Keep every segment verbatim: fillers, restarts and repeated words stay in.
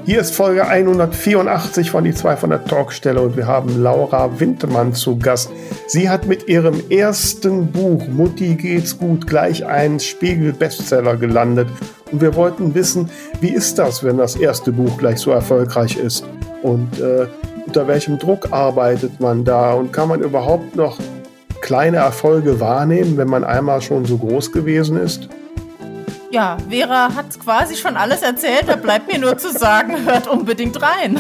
Hier ist Folge hundertvierundachtzig von die zweihundert Talkstelle und wir haben Laura Wintemann zu Gast. Sie hat mit ihrem ersten Buch Mutti geht's gut gleich einen Spiegel-Bestseller gelandet. Und wir wollten wissen, wie ist das, wenn das erste Buch gleich so erfolgreich ist? Und äh, unter welchem Druck arbeitet man da? Und kann man überhaupt noch kleine Erfolge wahrnehmen, wenn man einmal schon so groß gewesen ist? Ja, Vera hat quasi schon alles erzählt, da bleibt mir nur zu sagen, hört unbedingt rein.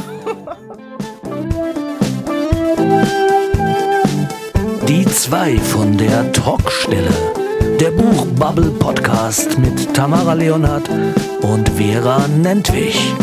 Die zwei von der Talkstelle. Der Buchbubble-Podcast mit Tamara Leonhardt und Vera Nentwich.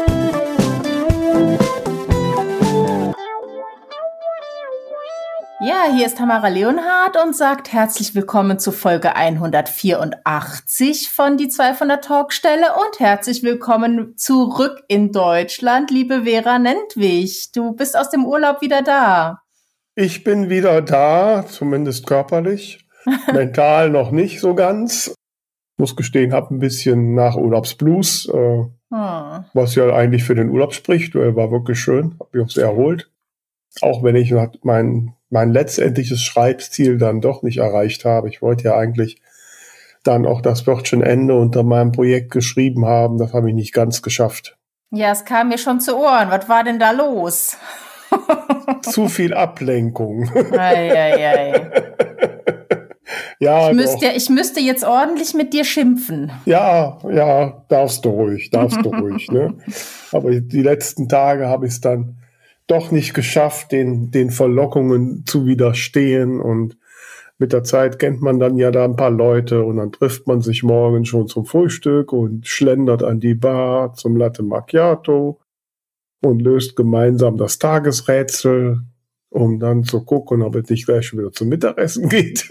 Ja, hier ist Tamara Leonhardt und sagt herzlich willkommen zu Folge hundertvierundachtzig von die zweihundert Talkstelle und herzlich willkommen zurück in Deutschland, liebe Vera Nentwich. Du bist aus dem Urlaub wieder da. Ich bin wieder da, zumindest körperlich, mental noch nicht so ganz. Ich muss gestehen, habe ein bisschen nach Urlaubsblues, äh, hm. was ja eigentlich für den Urlaub spricht. Er war wirklich schön, habe mich auch sehr erholt. Auch wenn ich mein, mein letztendliches Schreibziel dann doch nicht erreicht habe. Ich wollte ja eigentlich dann auch das Wörtchen-Ende unter meinem Projekt geschrieben haben. Das habe ich nicht ganz geschafft. Ja, es kam mir schon zu Ohren. Was war denn da los? Zu viel Ablenkung. Ei, ei, ei. Ja, ich, müsste, ich müsste jetzt ordentlich mit dir schimpfen. Ja, ja, darfst du ruhig, darfst du ruhig. Ne? Aber die letzten Tage habe ich es dann doch nicht geschafft, den, den Verlockungen zu widerstehen. Und mit der Zeit kennt man dann ja da ein paar Leute und dann trifft man sich morgen schon zum Frühstück und schlendert an die Bar zum Latte Macchiato und löst gemeinsam das Tagesrätsel, um dann zu gucken, ob es nicht gleich schon wieder zum Mittagessen geht.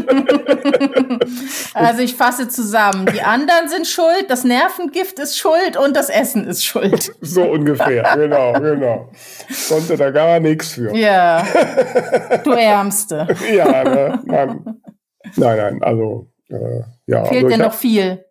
Also ich fasse zusammen. Die anderen sind schuld, das Nervengift ist schuld und das Essen ist schuld. So ungefähr, genau, genau. Konnte da gar nichts für. Ja, du Ärmste. Ja, ne, nein, nein, nein, also, äh, ja. Fehlt also dir noch hab, viel?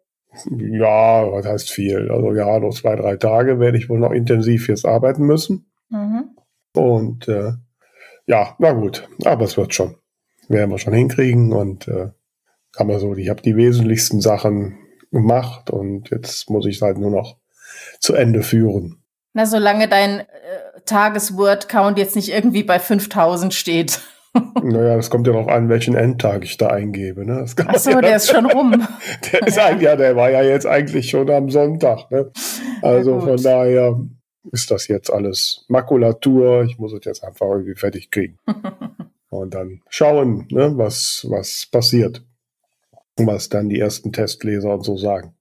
Ja, was heißt viel? Also ja, noch zwei, drei Tage werde ich wohl noch intensiv jetzt arbeiten müssen. Mhm. Und äh, ja, na gut, aber es wird schon. Werden wir schon hinkriegen und äh, kann man so, ich habe die wesentlichsten Sachen gemacht und jetzt muss ich es halt nur noch zu Ende führen. Na, solange dein äh, Tages-Word-Count jetzt nicht irgendwie bei fünftausend steht. Naja, das kommt ja darauf an, welchen Endtag ich da eingebe. Ne? Ach so, ja, der ist schon rum. Der ist eigentlich, ja, der war ja jetzt eigentlich schon am Sonntag. Ne? Also von daher ist das jetzt alles Makulatur. Ich muss es jetzt einfach irgendwie fertig kriegen. Und dann schauen, ne, was, was passiert. Was dann die ersten Testleser und so sagen.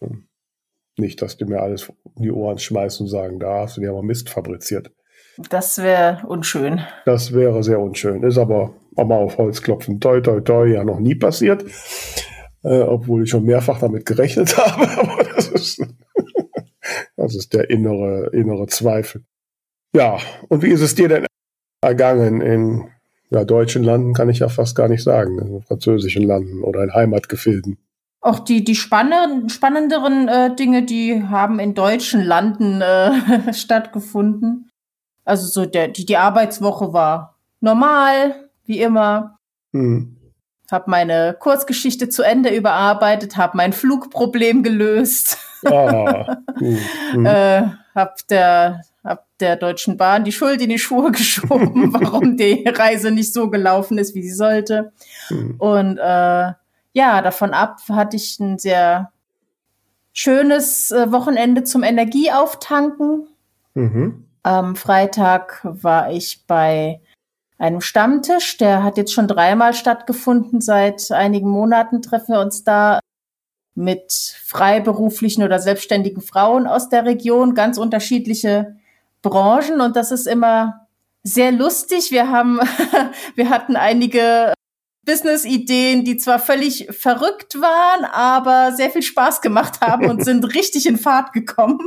Nicht, dass die mir alles in die Ohren schmeißen und sagen, da hast du dir aber Mist fabriziert. Das wäre unschön. Das wäre sehr unschön. Ist aber auch mal auf Holz klopfen. Toi, toi, toi, ja noch nie passiert. Äh, obwohl ich schon mehrfach damit gerechnet habe. Aber das ist, das ist der innere, innere Zweifel. Ja, und wie ist es dir denn ergangen in ja, deutschen Landen, kann ich ja fast gar nicht sagen. In französischen Landen oder in Heimatgefilden. Auch die, die spannenden, spannenderen äh, Dinge, die haben in deutschen Landen äh, stattgefunden. Also so der, die, die Arbeitswoche war normal, wie immer. Hm. Hab meine Kurzgeschichte zu Ende überarbeitet, hab mein Flugproblem gelöst. Ah, hm, hm. äh, hab der, hab der Deutschen Bahn die Schuld in die Schuhe geschoben, warum die Reise nicht so gelaufen ist, wie sie sollte. Hm. Und äh, ja, davon ab hatte ich ein sehr schönes äh, Wochenende zum Energieauftanken. Mhm. Am Freitag war ich bei einem Stammtisch, der hat jetzt schon dreimal stattgefunden. Seit einigen Monaten treffen wir uns da mit freiberuflichen oder selbstständigen Frauen aus der Region, ganz unterschiedliche Branchen. Und das ist immer sehr lustig. Wir haben, wir hatten einige Business-Ideen, die zwar völlig verrückt waren, aber sehr viel Spaß gemacht haben und sind richtig in Fahrt gekommen.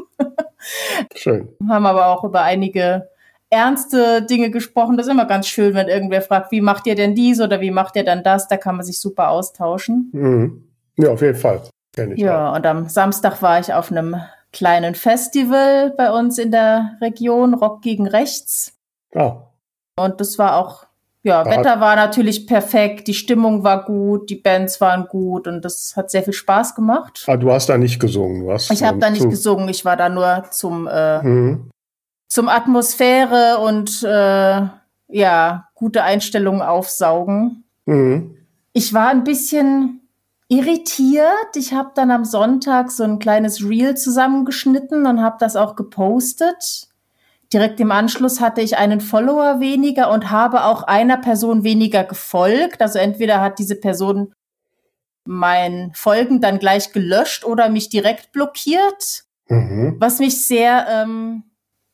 Schön. Haben aber auch über einige ernste Dinge gesprochen. Das ist immer ganz schön, wenn irgendwer fragt, wie macht ihr denn dies oder wie macht ihr dann das? Da kann man sich super austauschen. Mhm. Ja, auf jeden Fall. Kenn ich ja, auch. Und am Samstag war ich auf einem kleinen Festival bei uns in der Region, Rock gegen Rechts. Ah. Und das war auch, ja, Da Wetter war natürlich perfekt, die Stimmung war gut, die Bands waren gut und das hat sehr viel Spaß gemacht. Ah, du hast da nicht gesungen, du hast Ich habe da nicht zu- gesungen, ich war da nur zum, äh, Mhm. zum Atmosphäre und äh, ja, gute Einstellungen aufsaugen. Mhm. Ich war ein bisschen irritiert. Ich habe dann am Sonntag so ein kleines Reel zusammengeschnitten und habe das auch gepostet. Direkt im Anschluss hatte ich einen Follower weniger und habe auch einer Person weniger gefolgt. Also entweder hat diese Person mein Folgen dann gleich gelöscht oder mich direkt blockiert, Mhm. was mich sehr, ähm,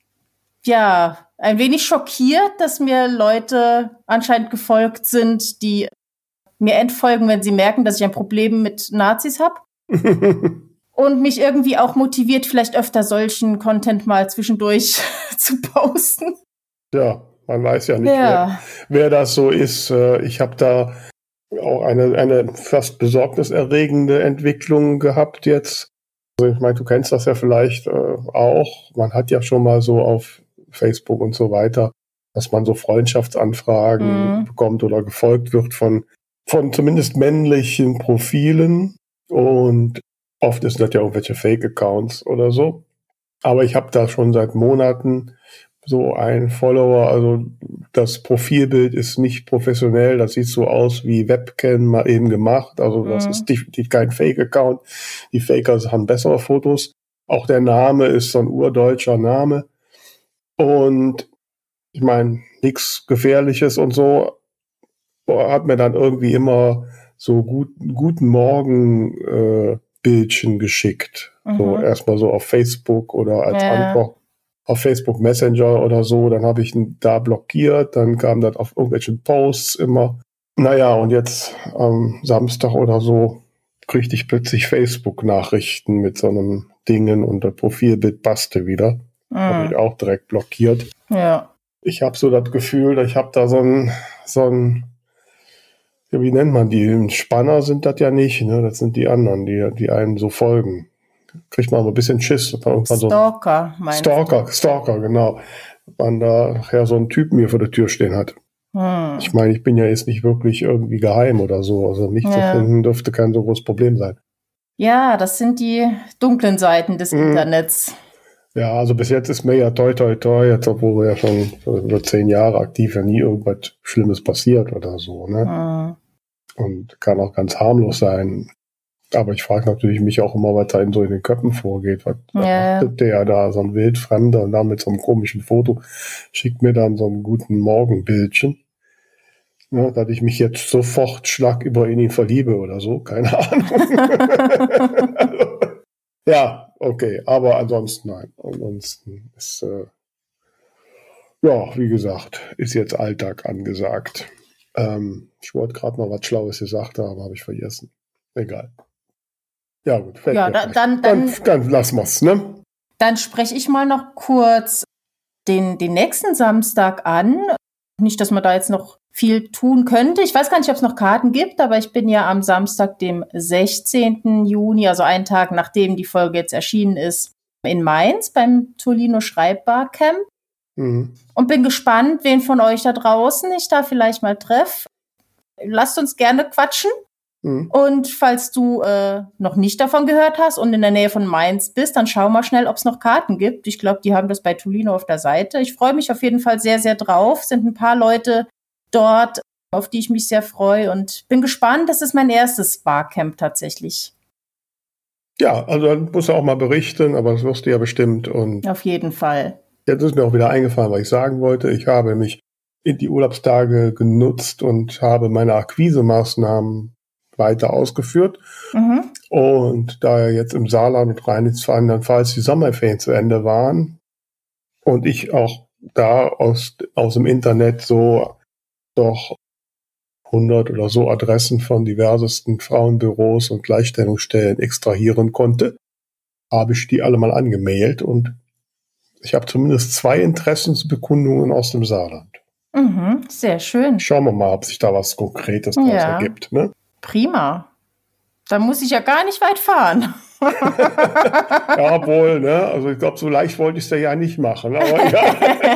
ja, ein wenig schockiert, dass mir Leute anscheinend gefolgt sind, die mir entfolgen, wenn sie merken, dass ich ein Problem mit Nazis habe. Und mich irgendwie auch motiviert, vielleicht öfter solchen Content mal zwischendurch zu posten. Ja, man weiß ja nicht, Ja. wer, wer das so ist. Äh, Ich habe da auch eine, eine fast besorgniserregende Entwicklung gehabt jetzt. Also ich meine, du kennst das ja vielleicht äh, auch. Man hat ja schon mal so auf Facebook und so weiter, dass man so Freundschaftsanfragen Mhm. bekommt oder gefolgt wird von, von zumindest männlichen Profilen. Und oft ist das ja irgendwelche Fake-Accounts oder so. Aber ich habe da schon seit Monaten so einen Follower, also das Profilbild ist nicht professionell, das sieht so aus wie Webcam mal eben gemacht, also das Mhm. ist definitiv kein Fake-Account. Die Faker haben bessere Fotos. Auch der Name ist so ein urdeutscher Name. Und ich meine, nichts Gefährliches und so, hat mir dann irgendwie immer so gut, guten Morgen äh, Bildchen geschickt. So Mhm. erstmal so auf Facebook oder als Ja. Antwort auf Facebook Messenger oder so. Dann habe ich ihn da blockiert. Dann kam das auf irgendwelchen Posts immer. Naja, und jetzt am Samstag oder so kriegte ich plötzlich Facebook-Nachrichten mit so einem Dingen und das Profilbild passte wieder. Habe ich Mhm. auch direkt blockiert. Ja. Ich habe so das Gefühl, ich habe da so ein, so ein, ja, wie nennt man die? Spanner sind das ja nicht, ne? Das sind die anderen, die, die einem so folgen. Kriegt man so ein bisschen Schiss. dass man irgendwann so ein Stalker, meinst Stalker, Stalker, genau. Man da nachher so einen Typen hier vor der Tür stehen hat. du? Hm. Ich meine, ich bin ja jetzt nicht wirklich irgendwie geheim oder so. Also mich zu Ja. finden dürfte kein so großes Problem sein. Ja, das sind die dunklen Seiten des Mhm. Internets. Ja, also bis jetzt ist mir ja toi toi toi, jetzt obwohl wir ja schon über zehn Jahre aktiv, ja nie irgendwas Schlimmes passiert oder so, ne? Hm. Und kann auch ganz harmlos sein. Aber ich frage natürlich mich auch immer, was da in so in den Köpfen vorgeht. Was Ja. achtet der da, so ein Wildfremder und dann mit so einem komischen Foto schickt mir dann so einen guten Morgenbildchen. Ne, dass ich mich jetzt sofort schlag über in ihn verliebe oder so, keine Ahnung. Also, ja, okay, aber ansonsten nein. Ansonsten ist, äh, ja, wie gesagt, ist jetzt Alltag angesagt. Ähm, ich wollte gerade noch was Schlaues gesagt haben, habe ich vergessen. Egal. Ja, gut. fällt Ja, mir da- vielleicht. dann- dann, dann- dann lassen wir's, ne? Dann spreche ich mal noch kurz den, den nächsten Samstag an. Nicht, dass man da jetzt noch viel tun könnte. Ich weiß gar nicht, ob es noch Karten gibt, aber ich bin ja am Samstag, dem sechzehnten Juni, also einen Tag nachdem die Folge jetzt erschienen ist, in Mainz beim Tolino Schreibbarcamp Mhm. und bin gespannt, wen von euch da draußen ich da vielleicht mal treffe. Lasst uns gerne quatschen. Mhm. Und falls du äh, noch nicht davon gehört hast und in der Nähe von Mainz bist, dann schau mal schnell, ob es noch Karten gibt. Ich glaube, die haben das bei Tolino auf der Seite. Ich freue mich auf jeden Fall sehr, sehr drauf. Es sind ein paar Leute dort, auf die ich mich sehr freue und bin gespannt. Das ist mein erstes Barcamp tatsächlich. Ja, also dann musst du auch mal berichten, aber das wirst du ja bestimmt. Und Auf jeden Fall. jetzt ist mir auch wieder eingefallen, was ich sagen wollte. Ich habe mich in die Urlaubstage genutzt und habe meine Akquisemaßnahmen weiter ausgeführt. Mhm. Und da ja jetzt im Saarland und Rheinland-Pfalz die Sommerferien zu Ende waren und ich auch da aus, aus dem Internet so doch hundert oder so Adressen von diversesten Frauenbüros und Gleichstellungsstellen extrahieren konnte, habe ich die alle mal angemailt und ich habe zumindest zwei Interessensbekundungen aus dem Saarland. Mhm. Sehr schön. Schauen wir mal, ob sich da was Konkretes draus Ja. ergibt. Ne? Prima. Da muss ich ja gar nicht weit fahren. Ja, obwohl, ne? Also ich glaube, so leicht wollte ich es ja nicht machen. Aber ja.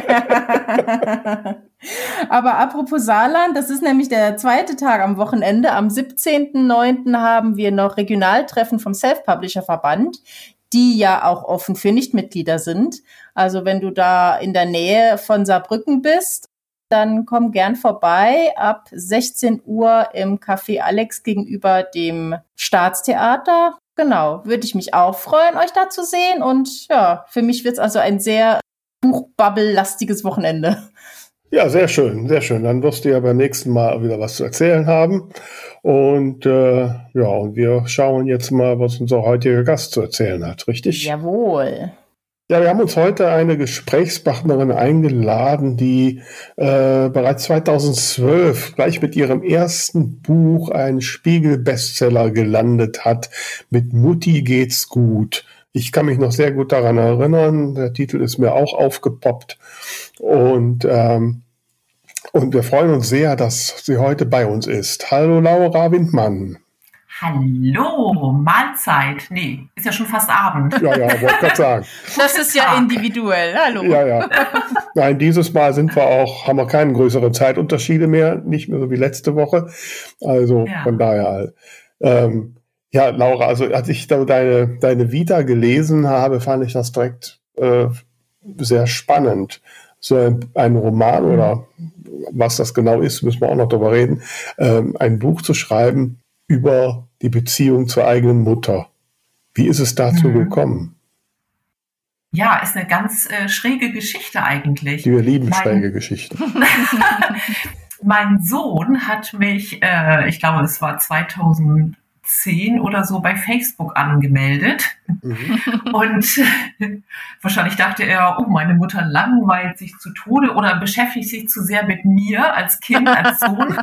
Aber apropos Saarland, das ist nämlich der zweite Tag am Wochenende. Am siebzehnten neunten haben wir noch Regionaltreffen vom Self-Publisher-Verband, die ja auch offen für Nichtmitglieder sind. Also wenn du da in der Nähe von Saarbrücken bist, dann komm gern vorbei ab sechzehn Uhr im Café Alex gegenüber dem Staatstheater. Genau, würde ich mich auch freuen, euch da zu sehen. Und ja, für mich wird es also ein sehr Buchbubble-lastiges Wochenende. Ja, sehr schön, sehr schön. Dann wirst du ja beim nächsten Mal wieder was zu erzählen haben. Und äh, ja, und wir schauen jetzt mal, was unser heutiger Gast zu erzählen hat, richtig? Jawohl. Ja, wir haben uns heute eine Gesprächspartnerin eingeladen, die äh, bereits zweitausendzwölf gleich mit ihrem ersten Buch einen Spiegel-Bestseller gelandet hat, mit Mutti geht's gut. Ich kann mich noch sehr gut daran erinnern, der Titel ist mir auch aufgepoppt und, ähm, und wir freuen uns sehr, dass sie heute bei uns ist. Hallo Laura Windmann. Hallo, Mahlzeit. Nee, ist ja schon fast Abend. Ja, ja, wollte gerade sagen. Das ist ja individuell. Hallo. Ja, ja. Nein, dieses Mal sind wir auch, haben wir keine größeren Zeitunterschiede mehr, nicht mehr so wie letzte Woche. Also ja. Von daher, ähm, ja, Laura, also als ich da deine, deine Vita gelesen habe, fand ich das direkt äh, sehr spannend. So ein, ein Roman oder was das genau ist, müssen wir auch noch drüber reden, ähm, ein Buch zu schreiben über die Beziehung zur eigenen Mutter. Wie ist es dazu mhm. gekommen? Ja, ist eine ganz äh, schräge Geschichte eigentlich. Wir lieben mein, schräge Geschichten. Mein Sohn hat mich, äh, ich glaube, es war zweitausendzehn oder so bei Facebook angemeldet. Mhm. Und wahrscheinlich dachte er, oh, meine Mutter langweilt sich zu Tode oder beschäftigt sich zu sehr mit mir als Kind, als Sohn.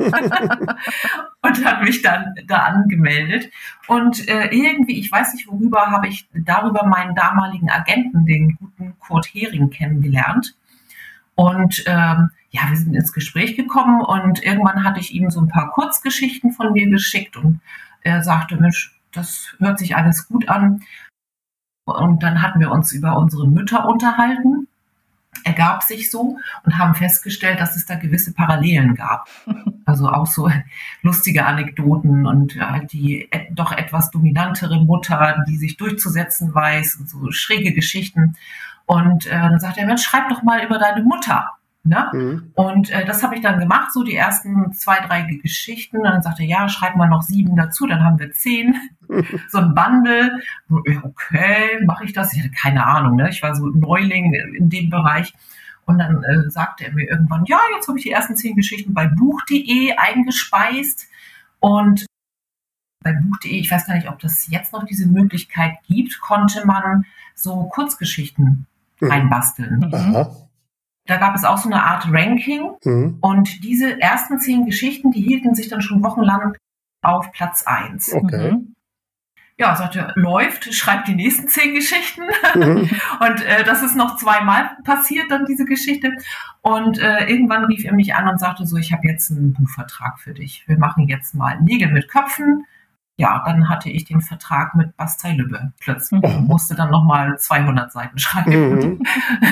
Und hat mich dann da angemeldet. Und äh, irgendwie, ich weiß nicht worüber, habe ich darüber meinen damaligen Agenten, den guten Kurt Hering, kennengelernt. Und ähm, ja, wir sind ins Gespräch gekommen und irgendwann hatte ich ihm so ein paar Kurzgeschichten von mir geschickt und er sagte, Mensch, das hört sich alles gut an. Und dann hatten wir uns über unsere Mütter unterhalten, ergab sich so und haben festgestellt, dass es da gewisse Parallelen gab. Also auch so lustige Anekdoten und äh, die et- doch etwas dominantere Mutter, die sich durchzusetzen weiß und so schräge Geschichten. Und äh, dann sagt er, Mensch, schreib doch mal über deine Mutter. Ne? Mhm. Und äh, das habe ich dann gemacht, so die ersten zwei, drei Geschichten. Und dann sagte er, ja, schreib mal noch sieben dazu, dann haben wir zehn. So ein Bundle. Okay, mache ich das? Ich hatte keine Ahnung, ne? Ich war so Neuling in dem Bereich. Und dann äh, sagte er mir irgendwann, ja, jetzt habe ich die ersten zehn Geschichten bei buch punkt de eingespeist. Und bei buch punkt de, ich weiß gar nicht, ob das jetzt noch diese Möglichkeit gibt, konnte man so Kurzgeschichten mhm. einbasteln. Aha. Da gab es auch so eine Art Ranking. Mhm. Und diese ersten zehn Geschichten, die hielten sich dann schon wochenlang auf Platz eins. Okay. Mhm. Ja, sagte, läuft, schreibt die nächsten zehn Geschichten. Mhm. Und äh, das ist noch zweimal passiert, dann diese Geschichte. Und äh, irgendwann rief er mich an und sagte so, ich habe jetzt einen Buchvertrag für dich. Wir machen jetzt mal Nägel mit Köpfen. Ja, dann hatte ich den Vertrag mit Bastei Lübbe plötzlich. Mhm. Musste dann nochmal zweihundert Seiten schreiben. Mhm.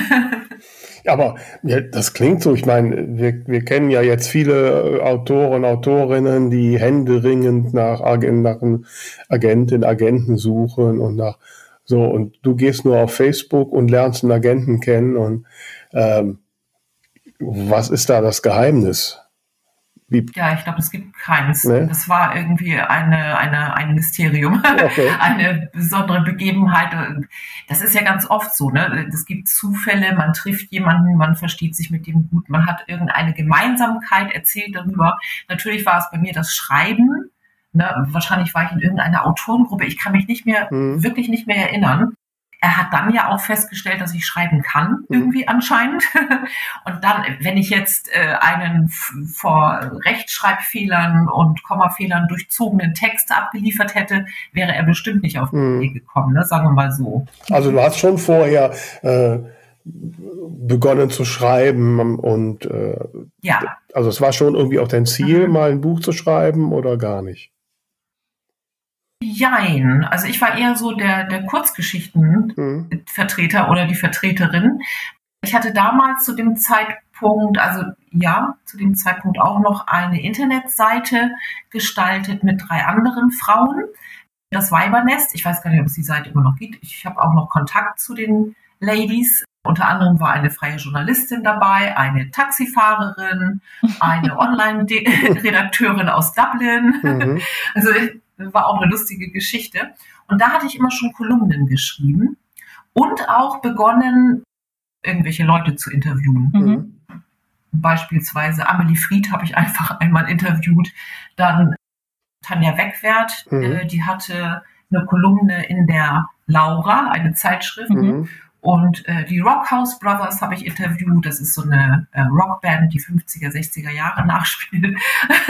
Aber ja, das klingt so, ich meine, wir, wir kennen ja jetzt viele Autoren, Autorinnen, die händeringend nach, Agent, nach Agentinnen, Agenten suchen und nach so, und du gehst nur auf Facebook und lernst einen Agenten kennen und ähm, was ist da das Geheimnis? Wie? Ja, ich glaube, es gibt keins. Nee? Das war irgendwie eine, eine, ein Mysterium, okay. Eine besondere Begebenheit. Das ist ja ganz oft so, ne? Es gibt Zufälle, man trifft jemanden, man versteht sich mit dem gut, man hat irgendeine Gemeinsamkeit, erzählt darüber. Natürlich war es bei mir das Schreiben. Ne? Wahrscheinlich war ich in irgendeiner Autorengruppe. Ich kann mich nicht mehr, mhm. wirklich nicht mehr erinnern. Er hat dann ja auch festgestellt, dass ich schreiben kann, irgendwie anscheinend. Und dann, wenn ich jetzt äh, einen f- vor Rechtschreibfehlern und Kommafehlern durchzogenen Text abgeliefert hätte, wäre er bestimmt nicht auf die mhm. Idee gekommen, ne? Sagen wir mal so. Also du hast schon vorher äh, begonnen zu schreiben und äh, ja. Also es war schon irgendwie auch dein Ziel, mhm. mal ein Buch zu schreiben oder gar nicht? Jein. Also ich war eher so der, der Kurzgeschichtenvertreter mhm. oder die Vertreterin. Ich hatte damals zu dem Zeitpunkt, also ja, zu dem Zeitpunkt auch noch eine Internetseite gestaltet mit drei anderen Frauen. Das Weibernest, ich weiß gar nicht, ob es die Seite immer noch gibt. Ich habe auch noch Kontakt zu den Ladies. Unter anderem war eine freie Journalistin dabei, eine Taxifahrerin, eine Online-Redakteurin aus Dublin. Mhm. Also war auch eine lustige Geschichte. Und da hatte ich immer schon Kolumnen geschrieben und auch begonnen, irgendwelche Leute zu interviewen. Mhm. Beispielsweise Amelie Fried habe ich einfach einmal interviewt. Dann Tanja Wegwert, mhm. äh, die hatte eine Kolumne in der Laura, eine Zeitschrift. Mhm. Und äh, die Rockhouse Brothers habe ich interviewt. Das ist so eine äh, Rockband, die fünfziger, sechziger Jahre nachspielt.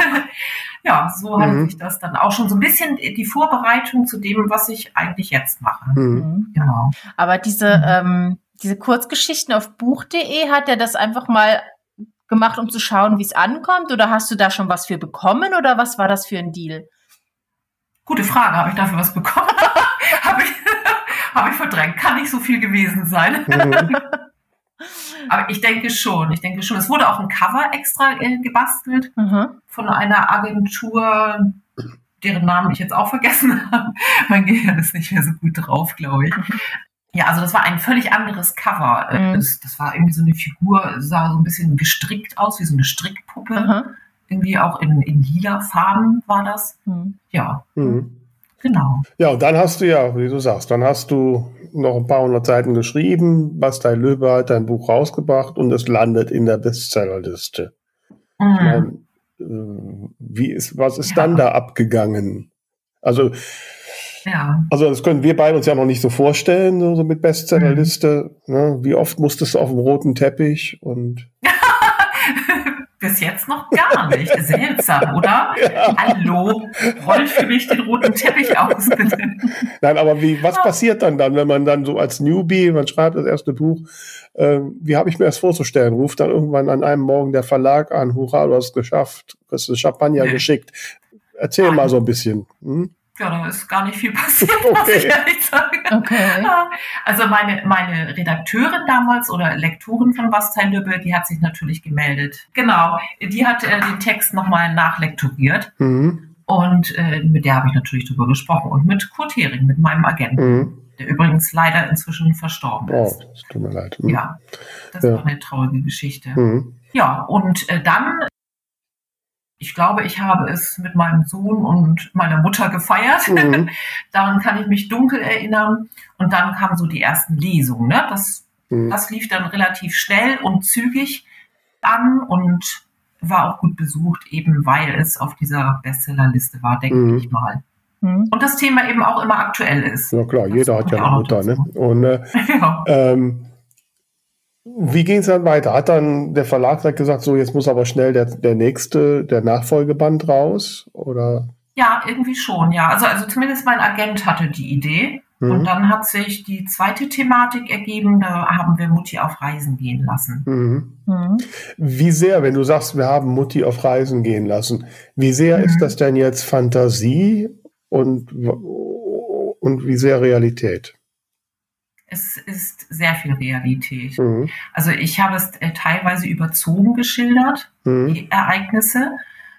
Ja, so mhm. hat sich das dann auch schon so ein bisschen die Vorbereitung zu dem, was ich eigentlich jetzt mache. Mhm. Genau. Aber diese, mhm. ähm, diese Kurzgeschichten auf buch punkt de, hat er das einfach mal gemacht, um zu schauen, wie es ankommt? Oder hast du da schon was für bekommen? Oder was war das für ein Deal? Gute Frage. Habe ich dafür was bekommen? Habe ich... Habe ich verdrängt, kann nicht so viel gewesen sein. Mhm. Aber ich denke schon, ich denke schon. Es wurde auch ein Cover extra äh, gebastelt mhm. von einer Agentur, deren Namen ich jetzt auch vergessen habe. Mein Gehirn ist nicht mehr so gut drauf, glaube ich. Mhm. Ja, also das war ein völlig anderes Cover. Mhm. Das, das war irgendwie so eine Figur, sah so ein bisschen gestrickt aus, wie so eine Strickpuppe. Mhm. Irgendwie auch in, in lila Farben war das. Mhm. Ja. Mhm. Genau. Ja, und dann hast du ja, wie du sagst, dann hast du noch ein paar hundert Seiten geschrieben, Bastei Löbe hat dein Buch rausgebracht und es landet in der Bestsellerliste. Mhm. Ich meine, wie ist, was ist ja. dann da abgegangen? Also, ja. also das können wir beide uns ja noch nicht so vorstellen, so, so mit Bestsellerliste. Mhm. Ne? Wie oft musstest du auf dem roten Teppich und bis jetzt noch gar nicht. Seltsam, oder? Ja. Hallo, roll für mich den roten Teppich aus, bitte. Nein, aber wie, was ja. passiert dann dann, wenn man dann so als Newbie, man schreibt das erste Buch, äh, wie habe ich mir das vorzustellen? Ruft dann irgendwann an einem Morgen der Verlag an, hurra, du hast es geschafft, du hast das Champagner nee. geschickt. Erzähl Nein. mal so ein bisschen. Hm? Ja, da ist gar nicht viel passiert, okay. muss ich ehrlich sagen. Okay. Also meine, meine Redakteurin damals oder Lektorin von Bastei Löbe, die hat sich natürlich gemeldet. Genau, die hat äh, den Text nochmal nachlektoriert. Mhm. Und äh, mit der habe ich natürlich drüber gesprochen. Und mit Kurt Hering, mit meinem Agenten, mhm. der übrigens leider inzwischen verstorben ist. Oh, das tut mir leid. Mhm. Ja, das ja. ist auch eine traurige Geschichte. Mhm. Ja, und äh, dann... Ich glaube, ich habe es mit meinem Sohn und meiner Mutter gefeiert. Mhm. Daran kann ich mich dunkel erinnern. Und dann kamen so die ersten Lesungen. Ne? Das, mhm. das lief dann relativ schnell und zügig an und war auch gut besucht, eben weil es auf dieser Bestsellerliste war, denke mhm. ich mal. Mhm. Und das Thema eben auch immer aktuell ist. Ja klar, jeder hat ja eine Mutter. Ne? Und, äh, ja. ähm, wie ging es dann weiter? Hat dann der Verlag gesagt, so jetzt muss aber schnell der, der nächste, der Nachfolgeband raus? Oder? Ja, irgendwie schon, ja. Also, also zumindest mein Agent hatte die Idee. Mhm. Und dann hat sich die zweite Thematik ergeben, da haben wir Mutti auf Reisen gehen lassen. Mhm. Mhm. Wie sehr, wenn du sagst, wir haben Mutti auf Reisen gehen lassen, wie sehr mhm. ist das denn jetzt Fantasie und, und wie sehr Realität? Es ist sehr viel Realität. Mhm. Also ich habe es äh, teilweise überzogen geschildert, mhm. die Ereignisse.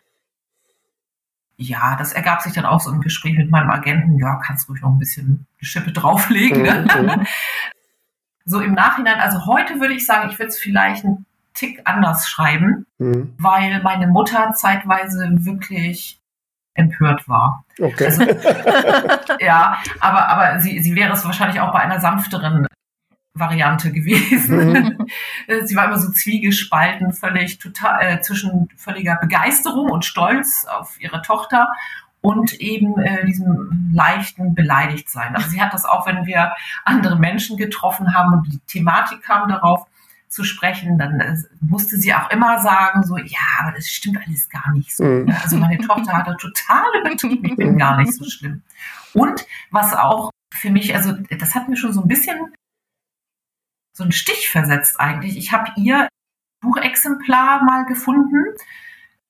Ja, das ergab sich dann auch so im Gespräch mit meinem Agenten. Ja, kannst ruhig noch ein bisschen die Schippe drauflegen. Mhm. Ne? So im Nachhinein, also heute würde ich sagen, ich würde es vielleicht einen Tick anders schreiben, mhm. weil meine Mutter zeitweise wirklich empört war. Okay. Also, ja, aber, aber sie, sie wäre es wahrscheinlich auch bei einer sanfteren Variante gewesen. Mhm. Sie war immer so zwiegespalten, völlig total äh, zwischen völliger Begeisterung und Stolz auf ihre Tochter und eben äh, diesem leichten Beleidigtsein. Also sie hat das auch, wenn wir andere Menschen getroffen haben und die Thematik kam darauf zu sprechen, dann äh, musste sie auch immer sagen, so, ja, aber das stimmt alles gar nicht so. Mhm. Also meine Tochter hat da total übertrieben, ich bin gar nicht so schlimm. Und was auch für mich, also das hat mir schon so ein bisschen so einen Stich versetzt eigentlich. Ich habe ihr Buchexemplar mal gefunden,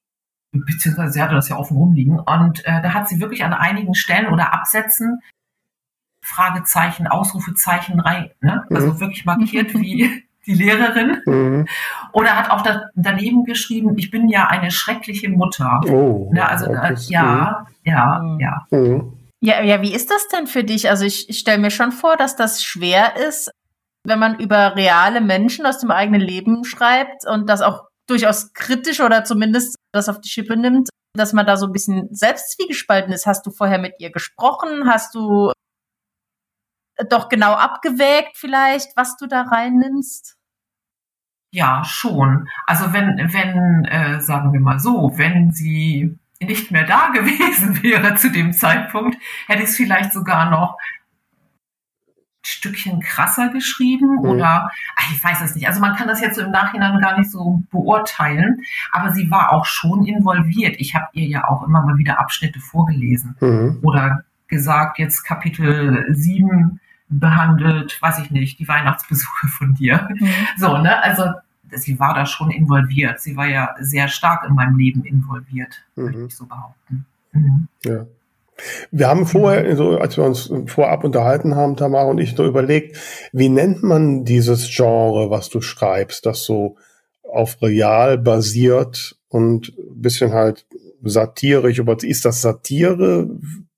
beziehungsweise sie hatte das ja offen rumliegen. Und äh, da hat sie wirklich an einigen Stellen oder Absätzen Fragezeichen, Ausrufezeichen rein, ne? Also Mhm. wirklich markiert wie die Lehrerin. Mhm. Oder hat auch da, daneben geschrieben, ich bin ja eine schreckliche Mutter. Oh, Ne? Also okay. äh, ja, ja, Mhm. ja. Mhm. Ja, ja, wie ist das denn für dich? Also ich, ich stelle mir schon vor, dass das schwer ist, wenn man über reale Menschen aus dem eigenen Leben schreibt und das auch durchaus kritisch oder zumindest das auf die Schippe nimmt, dass man da so ein bisschen selbst zwiegespalten ist. Hast du vorher mit ihr gesprochen? Hast du doch genau abgewägt vielleicht, was du da reinnimmst? Ja, schon. Also wenn, wenn, äh, sagen wir mal so, wenn sie nicht mehr da gewesen wäre zu dem Zeitpunkt, hätte ich es vielleicht sogar noch ein Stückchen krasser geschrieben Mhm. oder, ach, ich weiß es nicht. Also man kann das jetzt so im Nachhinein gar nicht so beurteilen, aber sie war auch schon involviert. Ich habe ihr ja auch immer mal wieder Abschnitte vorgelesen Mhm. oder gesagt, jetzt Kapitel sieben behandelt, weiß ich nicht, die Weihnachtsbesuche von dir. Mhm. So, ne, also sie war da schon involviert. Sie war ja sehr stark in meinem Leben involviert, würde Mhm. ich so behaupten. Mhm. Ja. Wir haben vorher, so, als wir uns vorab unterhalten haben, Tamara und ich, so überlegt, wie nennt man dieses Genre, was du schreibst, das so auf real basiert und ein bisschen halt satirisch, aber ist das Satire?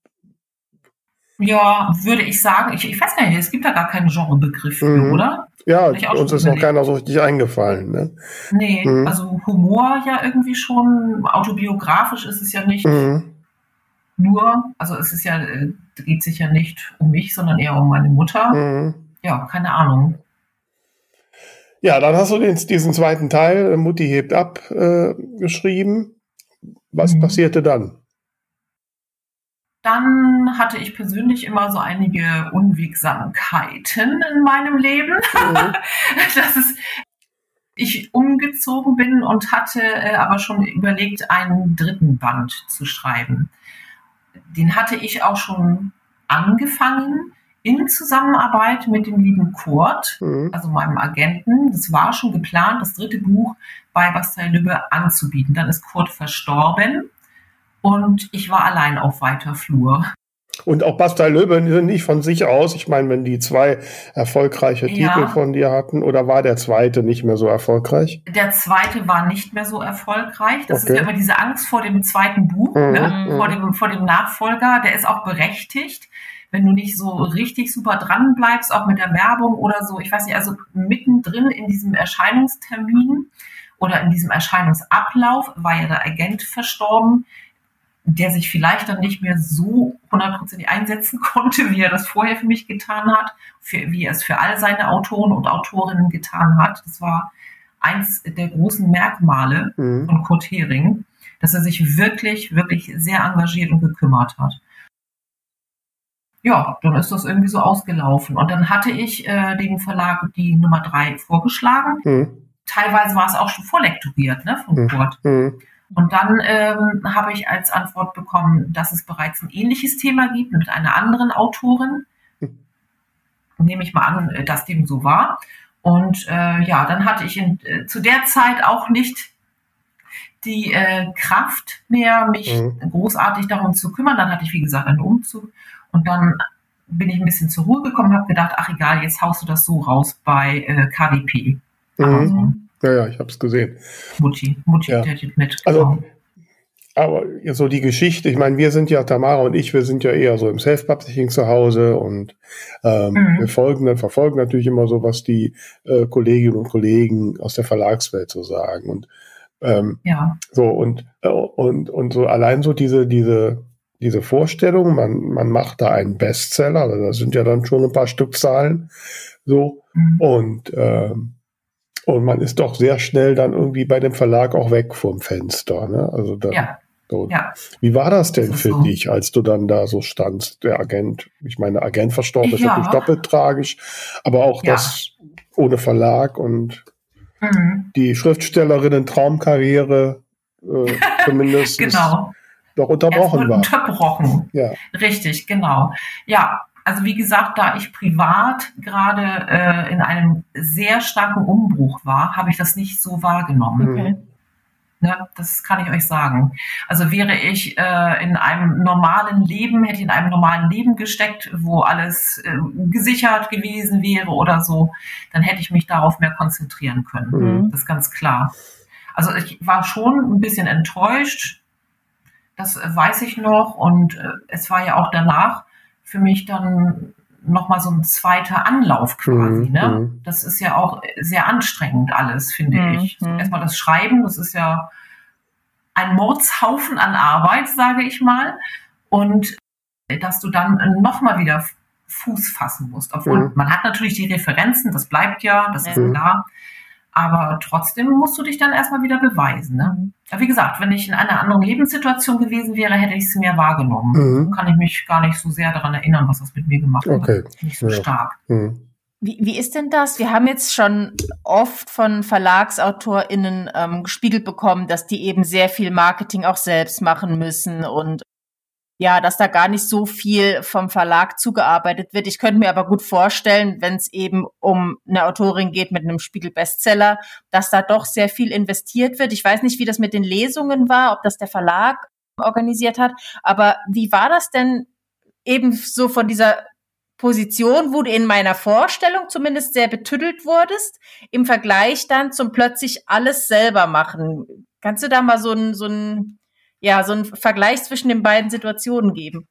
Ja, würde ich sagen, ich, ich weiß gar nicht, es gibt da gar keinen Genrebegriff für, Mhm. oder? Ja, Hab ich auch uns schon ist noch überlegt. keiner so richtig eingefallen. Ne? Nee, Mhm. also Humor ja irgendwie schon, autobiografisch ist es ja nicht Mhm. nur, also es ist ja, äh, dreht sich ja nicht um mich, sondern eher um meine Mutter. Mhm. Ja, keine Ahnung. Ja, dann hast du den, diesen zweiten Teil, Mutti hebt ab, äh, geschrieben. Was Mhm. passierte dann? Dann hatte ich persönlich immer so einige Unwegsamkeiten in meinem Leben. Mhm. dass es, ich umgezogen bin und hatte äh, aber schon überlegt, einen dritten Band zu schreiben. Den hatte ich auch schon angefangen in Zusammenarbeit mit dem lieben Kurt, Mhm. also meinem Agenten. Das war schon geplant, das dritte Buch bei Bastei Lübbe anzubieten. Dann ist Kurt verstorben und ich war allein auf weiter Flur. Und auch Bastei Lübbe nicht von sich aus. Ich meine, wenn die zwei erfolgreiche Ja. Titel von dir hatten, oder war der zweite nicht mehr so erfolgreich? Der zweite war nicht mehr so erfolgreich. Das Okay. ist ja immer diese Angst vor dem zweiten Buch, Mhm. ne? Mhm. vor, dem, vor dem Nachfolger. Der ist auch berechtigt, wenn du nicht so richtig super dran bleibst, auch mit der Werbung oder so. Ich weiß nicht, also mittendrin in diesem Erscheinungstermin oder in diesem Erscheinungsablauf war ja der Agent verstorben, der sich vielleicht dann nicht mehr so hundertprozentig einsetzen konnte, wie er das vorher für mich getan hat, für, wie er es für all seine Autoren und Autorinnen getan hat. Das war eins der großen Merkmale Mhm. von Kurt Hering, dass er sich wirklich, wirklich sehr engagiert und gekümmert hat. Ja, dann ist das irgendwie so ausgelaufen. Und dann hatte ich äh, dem Verlag die Nummer drei vorgeschlagen. Mhm. Teilweise war es auch schon vorlektoriert, ne, von Mhm. Kurt. Mhm. Und dann ähm, habe ich als Antwort bekommen, dass es bereits ein ähnliches Thema gibt mit einer anderen Autorin. Nehme ich mal an, dass dem so war. Und äh, ja, dann hatte ich in, äh, zu der Zeit auch nicht die äh, Kraft mehr, mich Mhm. großartig darum zu kümmern. Dann hatte ich, wie gesagt, einen Umzug. Und dann bin ich ein bisschen zur Ruhe gekommen, habe gedacht, ach egal, jetzt haust du das so raus bei äh, K D P. Mhm. Amazon. Ja, ja, ich habe es gesehen. Mutti, Mutti, Ja. der hat mit. Also, genau. aber ja, so die Geschichte, ich meine, wir sind ja, Tamara und ich, wir sind ja eher so im Self-Publishing zu Hause und ähm, Mhm. wir folgen dann, verfolgen natürlich immer so, was die äh, Kolleginnen und Kollegen aus der Verlagswelt so sagen. Und ähm, Ja. so und, äh, und, und so allein so diese, diese, diese Vorstellung, man, man macht da einen Bestseller, also das sind ja dann schon ein paar Stückzahlen, so, Mhm. und, ähm, und man ist doch sehr schnell dann irgendwie bei dem Verlag auch weg vom Fenster, ne? Also da, Ja. so. Ja. Wie war das denn Das ist für so. dich, als du dann da so standst, der Agent? Ich meine, der Agent verstorben ist Ja. natürlich doppelt tragisch, aber auch Ja. das ohne Verlag und Mhm. die Schriftstellerinnen Traumkarriere äh, zumindest Genau. doch Erst unterbrochen wurde war. unterbrochen. Ja. Richtig, genau. Ja, also wie gesagt, da ich privat gerade äh, in einem sehr starken Umbruch war, habe ich das nicht so wahrgenommen. Mhm. Okay. Ne? Das kann ich euch sagen. Also wäre ich äh, in einem normalen Leben, hätte ich in einem normalen Leben gesteckt, wo alles äh, gesichert gewesen wäre oder so, dann hätte ich mich darauf mehr konzentrieren können. Mhm. Das ist ganz klar. Also ich war schon ein bisschen enttäuscht, das weiß ich noch. Und äh, es war ja auch danach für mich dann nochmal so ein zweiter Anlauf quasi. Mhm. Ne? Das ist ja auch sehr anstrengend alles, finde Mhm. ich. So, erstmal das Schreiben, das ist ja ein Mordshaufen an Arbeit, sage ich mal. Und dass du dann nochmal wieder Fuß fassen musst. Obwohl, Mhm. man hat natürlich die Referenzen, das bleibt ja, das ist Mhm. klar. Aber trotzdem musst du dich dann erstmal wieder beweisen. Ne? Ja, wie gesagt, wenn ich in einer anderen Lebenssituation gewesen wäre, hätte ich es mehr wahrgenommen. Mhm. Kann ich mich gar nicht so sehr daran erinnern, was das mit mir gemacht Okay. hat. Nicht so Ja. stark. Mhm. Wie, wie ist denn das? Wir haben jetzt schon oft von VerlagsautorInnen ähm, gespiegelt bekommen, dass die eben sehr viel Marketing auch selbst machen müssen und ja, dass da gar nicht so viel vom Verlag zugearbeitet wird. Ich könnte mir aber gut vorstellen, wenn es eben um eine Autorin geht mit einem Spiegel-Bestseller, dass da doch sehr viel investiert wird. Ich weiß nicht, wie das mit den Lesungen war, ob das der Verlag organisiert hat, aber wie war das denn eben so von dieser Position, wo du in meiner Vorstellung zumindest sehr betüttelt wurdest, im Vergleich dann zum plötzlich alles selber machen? Kannst du da mal so ein, so ein ja, so einen Vergleich zwischen den beiden Situationen geben?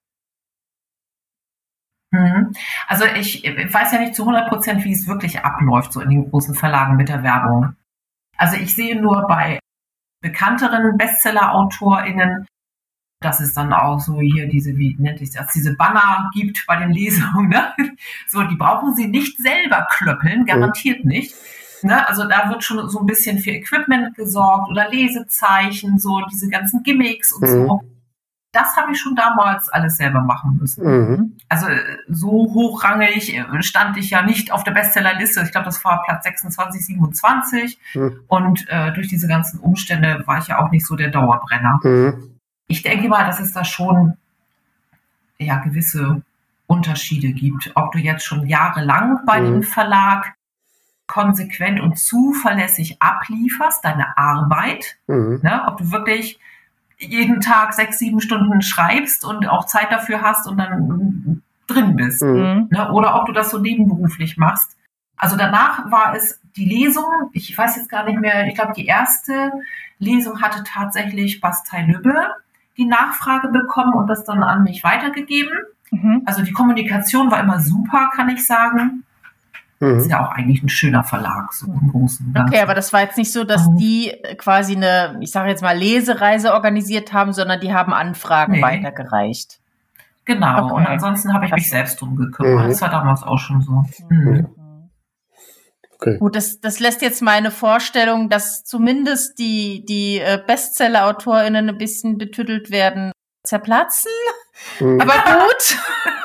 Mhm. Also ich weiß ja nicht zu hundert Prozent, wie es wirklich abläuft, so in den großen Verlagen mit der Werbung. Also ich sehe nur bei bekannteren Bestseller-AutorInnen, dass es dann auch so hier diese, wie nennt ich das, diese Banner gibt bei den Lesungen. Ne? So, die brauchen sie nicht selber klöppeln, garantiert nicht. Ne, also da wird schon so ein bisschen für Equipment gesorgt oder Lesezeichen, so diese ganzen Gimmicks und Mhm. so. Das habe ich schon damals alles selber machen müssen. Mhm. Also so hochrangig stand ich ja nicht auf der Bestsellerliste. Ich glaube, das war Platz sechsundzwanzig, siebenundzwanzig. Mhm. Und äh, durch diese ganzen Umstände war ich ja auch nicht so der Dauerbrenner. Mhm. Ich denke mal, dass es da schon ja gewisse Unterschiede gibt. Ob du jetzt schon jahrelang bei Mhm. dem Verlag konsequent und zuverlässig ablieferst, deine Arbeit, Mhm. ne? Ob du wirklich jeden Tag sechs, sieben Stunden schreibst und auch Zeit dafür hast und dann drin bist, Mhm. ne? Oder ob du das so nebenberuflich machst. Also danach war es die Lesung, ich weiß jetzt gar nicht mehr, ich glaube die erste Lesung hatte tatsächlich Bastei Lübbe die Nachfrage bekommen und das dann an mich weitergegeben. Mhm. Also die Kommunikation war immer super, kann ich sagen. Das ist Mhm. ja auch eigentlich ein schöner Verlag, so im Großen und Ganzen. Okay, aber das war jetzt nicht so, dass Mhm. die quasi eine, ich sage jetzt mal, Lesereise organisiert haben, sondern die haben Anfragen Nee. weitergereicht. Genau, Okay. und ansonsten habe ich mich Krass. selbst drum gekümmert. Mhm. Das war damals auch schon so. Mhm. Okay. Gut, das, das lässt jetzt meine Vorstellung, dass zumindest die, die äh, Bestseller-AutorInnen ein bisschen betüttelt werden, zerplatzen. Mhm. Aber gut.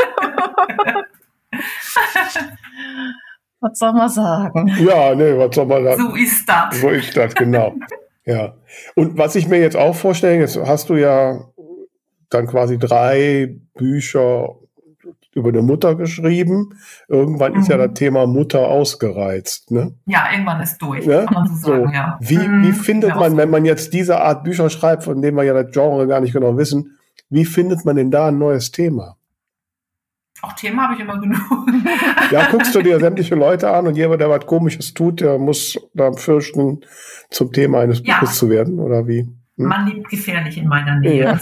Was soll man sagen? Ja, nee, was soll man da? So ist das. So ist das, genau. Ja. Und was ich mir jetzt auch vorstelle, jetzt hast du ja dann quasi drei Bücher über eine Mutter geschrieben. Irgendwann ist ja Mhm. das Thema Mutter ausgereizt, ne? Ja, irgendwann ist durch, Ja? kann man so So. sagen, ja. Wie, Mhm. wie findet Ja, man, wenn man jetzt diese Art Bücher schreibt, von denen wir ja das Genre gar nicht genau wissen, wie findet man denn da ein neues Thema? Auch Thema habe ich immer genug. Ja, guckst du dir sämtliche Leute an und jemand, der was Komisches tut, der muss da fürchten, zum Thema eines Ja. Buches zu werden, oder wie? Hm? Man lebt gefährlich in meiner Nähe. Ja.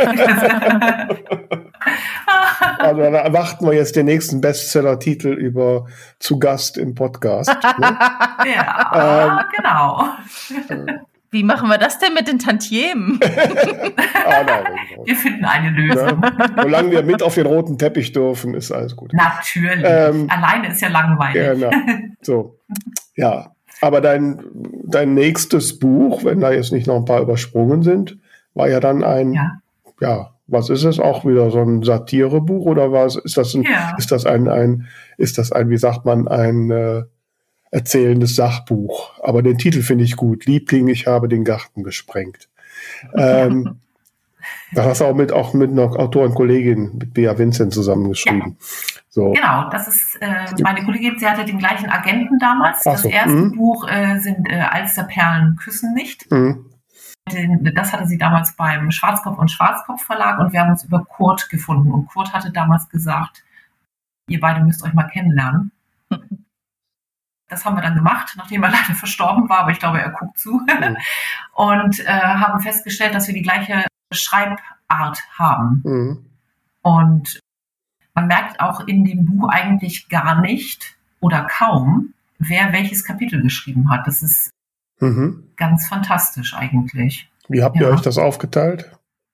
Also da erwarten wir jetzt den nächsten Bestseller-Titel über zu Gast im Podcast. Ne? Ja, genau. Wie machen wir das denn mit den Tantiemen? Ah, nein, genau. Wir finden eine Lösung. Ja. Solange wir mit auf den roten Teppich dürfen, ist alles gut. Natürlich. Ähm, Alleine ist ja langweilig. Genau. So. Ja. Aber dein, dein nächstes Buch, wenn da jetzt nicht noch ein paar übersprungen sind, war ja dann ein, ja, Ja. was ist es? Auch wieder so ein Satirebuch oder was? Ist das ein, Ja. ist das ein, ein, ist das ein, wie sagt man, ein äh, erzählendes Sachbuch? Aber den Titel finde ich gut. Liebling, ich habe den Garten gesprengt. Ähm, da hast du auch mit, auch mit einer Autorenkollegin, mit Bea Vincent zusammengeschrieben. So. Genau, das ist äh, meine Kollegin, sie hatte den gleichen Agenten damals. Ach Das so, erste mhm. Buch äh, sind äh, Alsterperlen küssen nicht. Mhm. den, das hatte sie damals beim Schwarzkopf und Schwarzkopf Verlag und wir haben uns über Kurt gefunden. Und Kurt hatte damals gesagt, ihr beide müsst euch mal kennenlernen. Das haben wir dann gemacht, nachdem er leider verstorben war, aber ich glaube, er guckt zu. Mhm. Und äh, haben festgestellt, dass wir die gleiche Schreibart haben. Mhm. Und man merkt auch in dem Buch eigentlich gar nicht oder kaum, wer welches Kapitel geschrieben hat. Das ist mhm. ganz fantastisch eigentlich. Wie habt ihr ja. euch das aufgeteilt?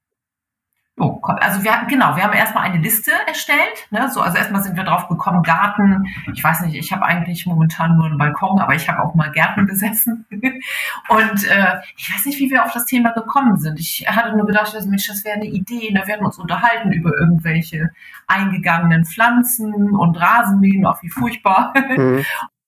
Oh, also wir genau, wir haben erstmal eine Liste erstellt. Ne? So, also erstmal sind wir drauf gekommen, Garten. Ich weiß nicht, ich habe eigentlich momentan nur einen Balkon, aber ich habe auch mal Gärten besessen. Und äh, ich weiß nicht, wie wir auf das Thema gekommen sind. Ich hatte nur gedacht, Mensch, das wäre eine Idee. Da werden wir uns unterhalten über irgendwelche eingegangenen Pflanzen und Rasenmähen, auch wie furchtbar. Mhm.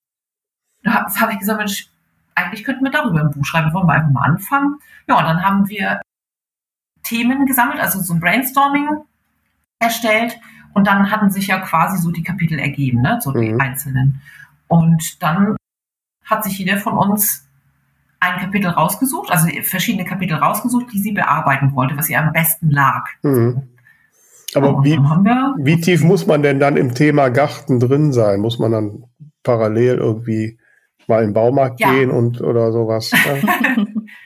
Das habe ich gesagt, Mensch, eigentlich könnten wir darüber ein Buch schreiben. Wollen wir einfach mal anfangen? Ja, und dann haben wir Themen gesammelt, also so ein Brainstorming erstellt und dann hatten sich ja quasi so die Kapitel ergeben, ne? So die mhm. einzelnen. Und dann hat sich jeder von uns ein Kapitel rausgesucht, also verschiedene Kapitel rausgesucht, die sie bearbeiten wollte, was ihr am besten lag. Mhm. Aber ja, wie, wie tief muss man denn dann im Thema Garten drin sein? Muss man dann parallel irgendwie mal in den Baumarkt ja. gehen und oder sowas? Ne?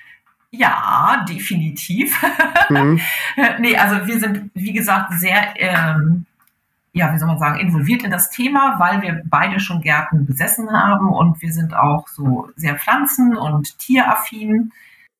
Ja, definitiv. Mhm. Nee, also wir sind, wie gesagt, sehr, ähm, ja, wie soll man sagen, involviert in das Thema, weil wir beide schon Gärten besessen haben und wir sind auch so sehr pflanzen- und tieraffin.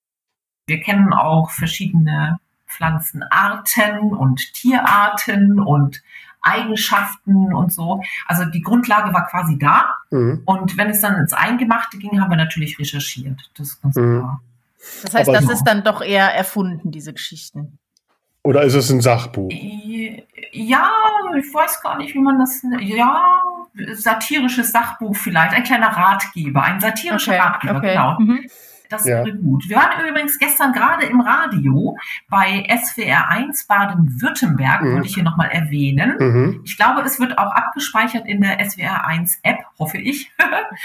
Wir kennen auch verschiedene Pflanzenarten und Tierarten und Eigenschaften und so. Also die Grundlage war quasi da. Mhm. Und wenn es dann ins Eingemachte ging, haben wir natürlich recherchiert. Das ist ganz mhm. klar. Das heißt, aber das ist dann doch eher erfunden, diese Geschichten. Oder ist es ein Sachbuch? Ja, ich weiß gar nicht, wie man das... Ja, satirisches Sachbuch vielleicht. Ein kleiner Ratgeber, ein satirischer okay, Ratgeber, okay. genau. Mhm. Das ja. wäre gut. Wir waren übrigens gestern gerade im Radio bei S W R eins Baden-Württemberg, mhm. wollte ich hier nochmal erwähnen. Mhm. Ich glaube, es wird auch abgespeichert in der S W R eins App, hoffe ich.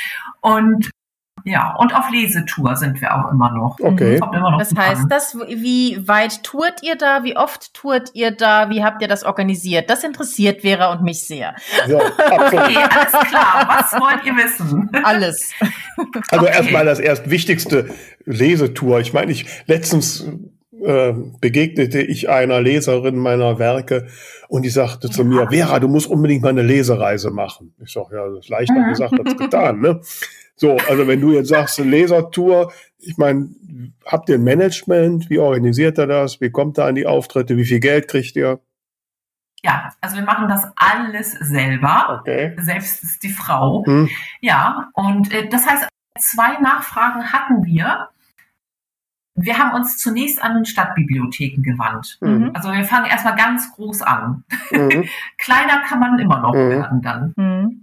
Und ja, und auf Lesetour sind wir auch immer noch. Okay. Kommt immer noch das heißt, das, wie weit tourt ihr da? Wie oft tourt ihr da? Wie habt ihr das organisiert? Das interessiert Vera und mich sehr. Ja, absolut. Okay, alles klar. Was wollt ihr wissen? Alles. Also okay. erstmal das erst wichtigste, Lesetour. Ich meine, ich letztens äh, begegnete ich einer Leserin meiner Werke und die sagte ja. zu mir, Vera, du musst unbedingt mal eine Lesereise machen. Ich sage, ja, das ist leichter mhm. gesagt als getan, ne? So, also wenn du jetzt sagst, Lesertour, ich meine, habt ihr ein Management? Wie organisiert ihr das? Wie kommt ihr an die Auftritte? Wie viel Geld kriegt ihr? Ja, also wir machen das alles selber. Okay. Selbst ist die Frau. Hm. Ja, und äh, das heißt, zwei Nachfragen hatten wir. Wir haben uns zunächst an den Stadtbibliotheken gewandt. Mhm. Also wir fangen erstmal ganz groß an. Mhm. Kleiner kann man immer noch mhm. werden dann. Mhm.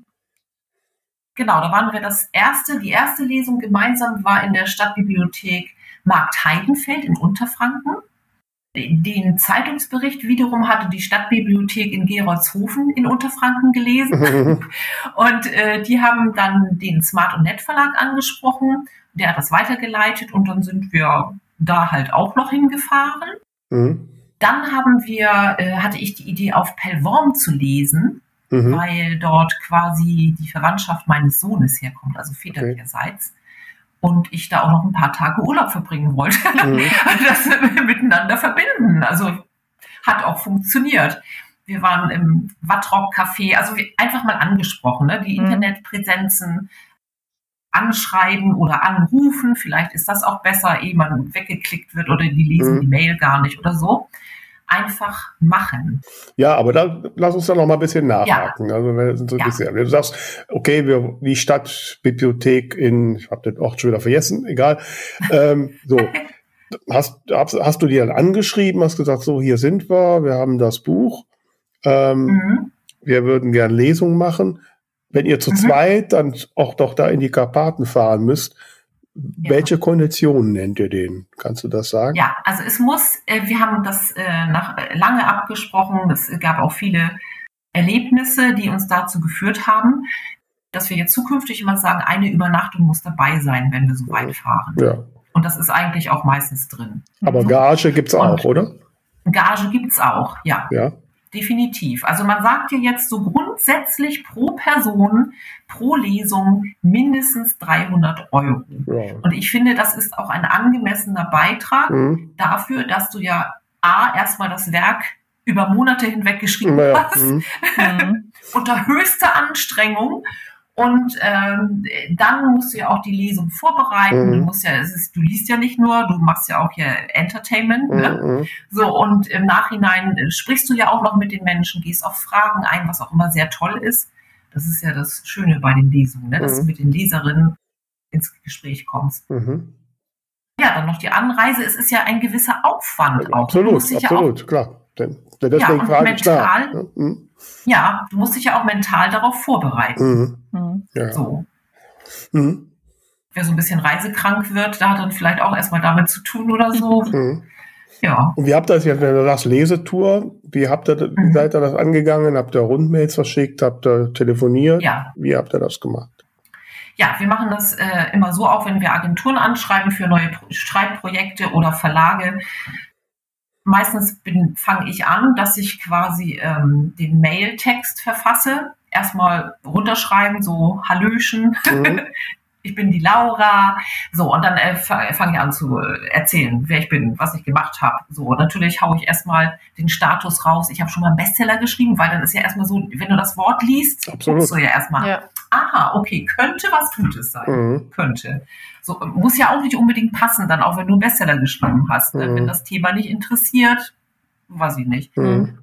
Genau, da waren wir das erste, die erste Lesung gemeinsam war in der Stadtbibliothek Markt Heidenfeld in Unterfranken. Den Zeitungsbericht wiederum hatte die Stadtbibliothek in Gerolzhofen in Unterfranken gelesen. Und äh, die haben dann den Smart und Net Verlag angesprochen. Der hat das weitergeleitet und dann sind wir da halt auch noch hingefahren. Mhm. Dann haben wir, äh, hatte ich die Idee, auf Pellworm zu lesen. Mhm. Weil dort quasi die Verwandtschaft meines Sohnes herkommt, also väterlicherseits. Okay. Und ich da auch noch ein paar Tage Urlaub verbringen wollte. Mhm. Das miteinander verbinden. Also hat auch funktioniert. Wir waren im Wattrock-Café, also einfach mal angesprochen, ne? Die mhm. Internetpräsenzen anschreiben oder anrufen. Vielleicht ist das auch besser, ehe man weggeklickt wird oder die lesen mhm. die Mail gar nicht oder so. Einfach machen. Ja, aber da lass uns da noch mal ein bisschen nachhaken. Ja. Also wenn, so ja. bisschen, wenn du sagst, okay, wir die Stadtbibliothek in, ich habe den Ort schon wieder vergessen, egal. ähm, so, hast, hast, hast du die dann angeschrieben, hast gesagt, so hier sind wir, wir haben das Buch, ähm, mhm. wir würden gern Lesungen machen. Wenn ihr zu mhm. zweit dann auch doch da in die Karpaten fahren müsst, ja. welche Konditionen nennt ihr den? Kannst du das sagen? Ja, also es muss, äh, wir haben das äh, nach, äh, lange abgesprochen, es gab auch viele Erlebnisse, die uns dazu geführt haben, dass wir jetzt zukünftig immer sagen, eine Übernachtung muss dabei sein, wenn wir so weit fahren. Ja. Und das ist eigentlich auch meistens drin. Aber Gage gibt es auch, oder? Gage gibt es auch, ja. Ja. Definitiv. Also man sagt ja jetzt so grundsätzlich pro Person, pro Lesung mindestens dreihundert Euro. Ja. Und ich finde, das ist auch ein angemessener Beitrag Mhm. dafür, dass du ja A, erstmal das Werk über Monate hinweg geschrieben Ja. hast, Mhm. Mhm. unter höchster Anstrengung. Und ähm, dann musst du ja auch die Lesung vorbereiten. Mhm. Du musst ja, es ist, du liest ja nicht nur, du machst ja auch hier Entertainment. Ne? Mhm. So, und im Nachhinein sprichst du ja auch noch mit den Menschen, gehst auf Fragen ein, was auch immer sehr toll ist. Das ist ja das Schöne bei den Lesungen, ne? dass Mhm. du mit den Leserinnen ins Gespräch kommst. Mhm. Ja, dann noch die Anreise. Es ist ja ein gewisser Aufwand auch. Du Absolut, musst dich absolut, ja, auch, klar. Denn, denn deswegen und frage ich nach. mental- Ne? Mhm. ja, du musst dich ja auch mental darauf vorbereiten. Mhm. Mhm. Ja. So. Mhm. Wer so ein bisschen reisekrank wird, da hat dann vielleicht auch erstmal damit zu tun oder so. Mhm. Ja. Und wie habt ihr das jetzt, wenn du sagst Lesetour, wie habt ihr, wie Mhm. seid ihr das angegangen? Habt ihr Rundmails verschickt? Habt ihr telefoniert? Ja. Wie habt ihr das gemacht? Ja, wir machen das äh, immer so, auch wenn wir Agenturen anschreiben für neue Pro- Schreibprojekte oder Verlage. Meistens fange ich an, dass ich quasi ähm, den Mailtext verfasse. Erstmal runterschreiben, so Hallöchen, Mhm. ich bin die Laura. So, und dann äh, fange ich an zu äh, erzählen, wer ich bin, was ich gemacht habe. So, natürlich haue ich erstmal den Status raus. Ich habe schon mal einen Bestseller geschrieben, weil dann ist ja erstmal so, wenn du das Wort liest, Absolut. guckst du ja erstmal, Ja. aha, okay, könnte was Gutes sein. Mhm. Könnte. So, muss ja auch nicht unbedingt passen, dann auch wenn du einen Bestseller geschrieben hast. Ne? Mhm. Wenn das Thema nicht interessiert, weiß ich nicht. Mhm.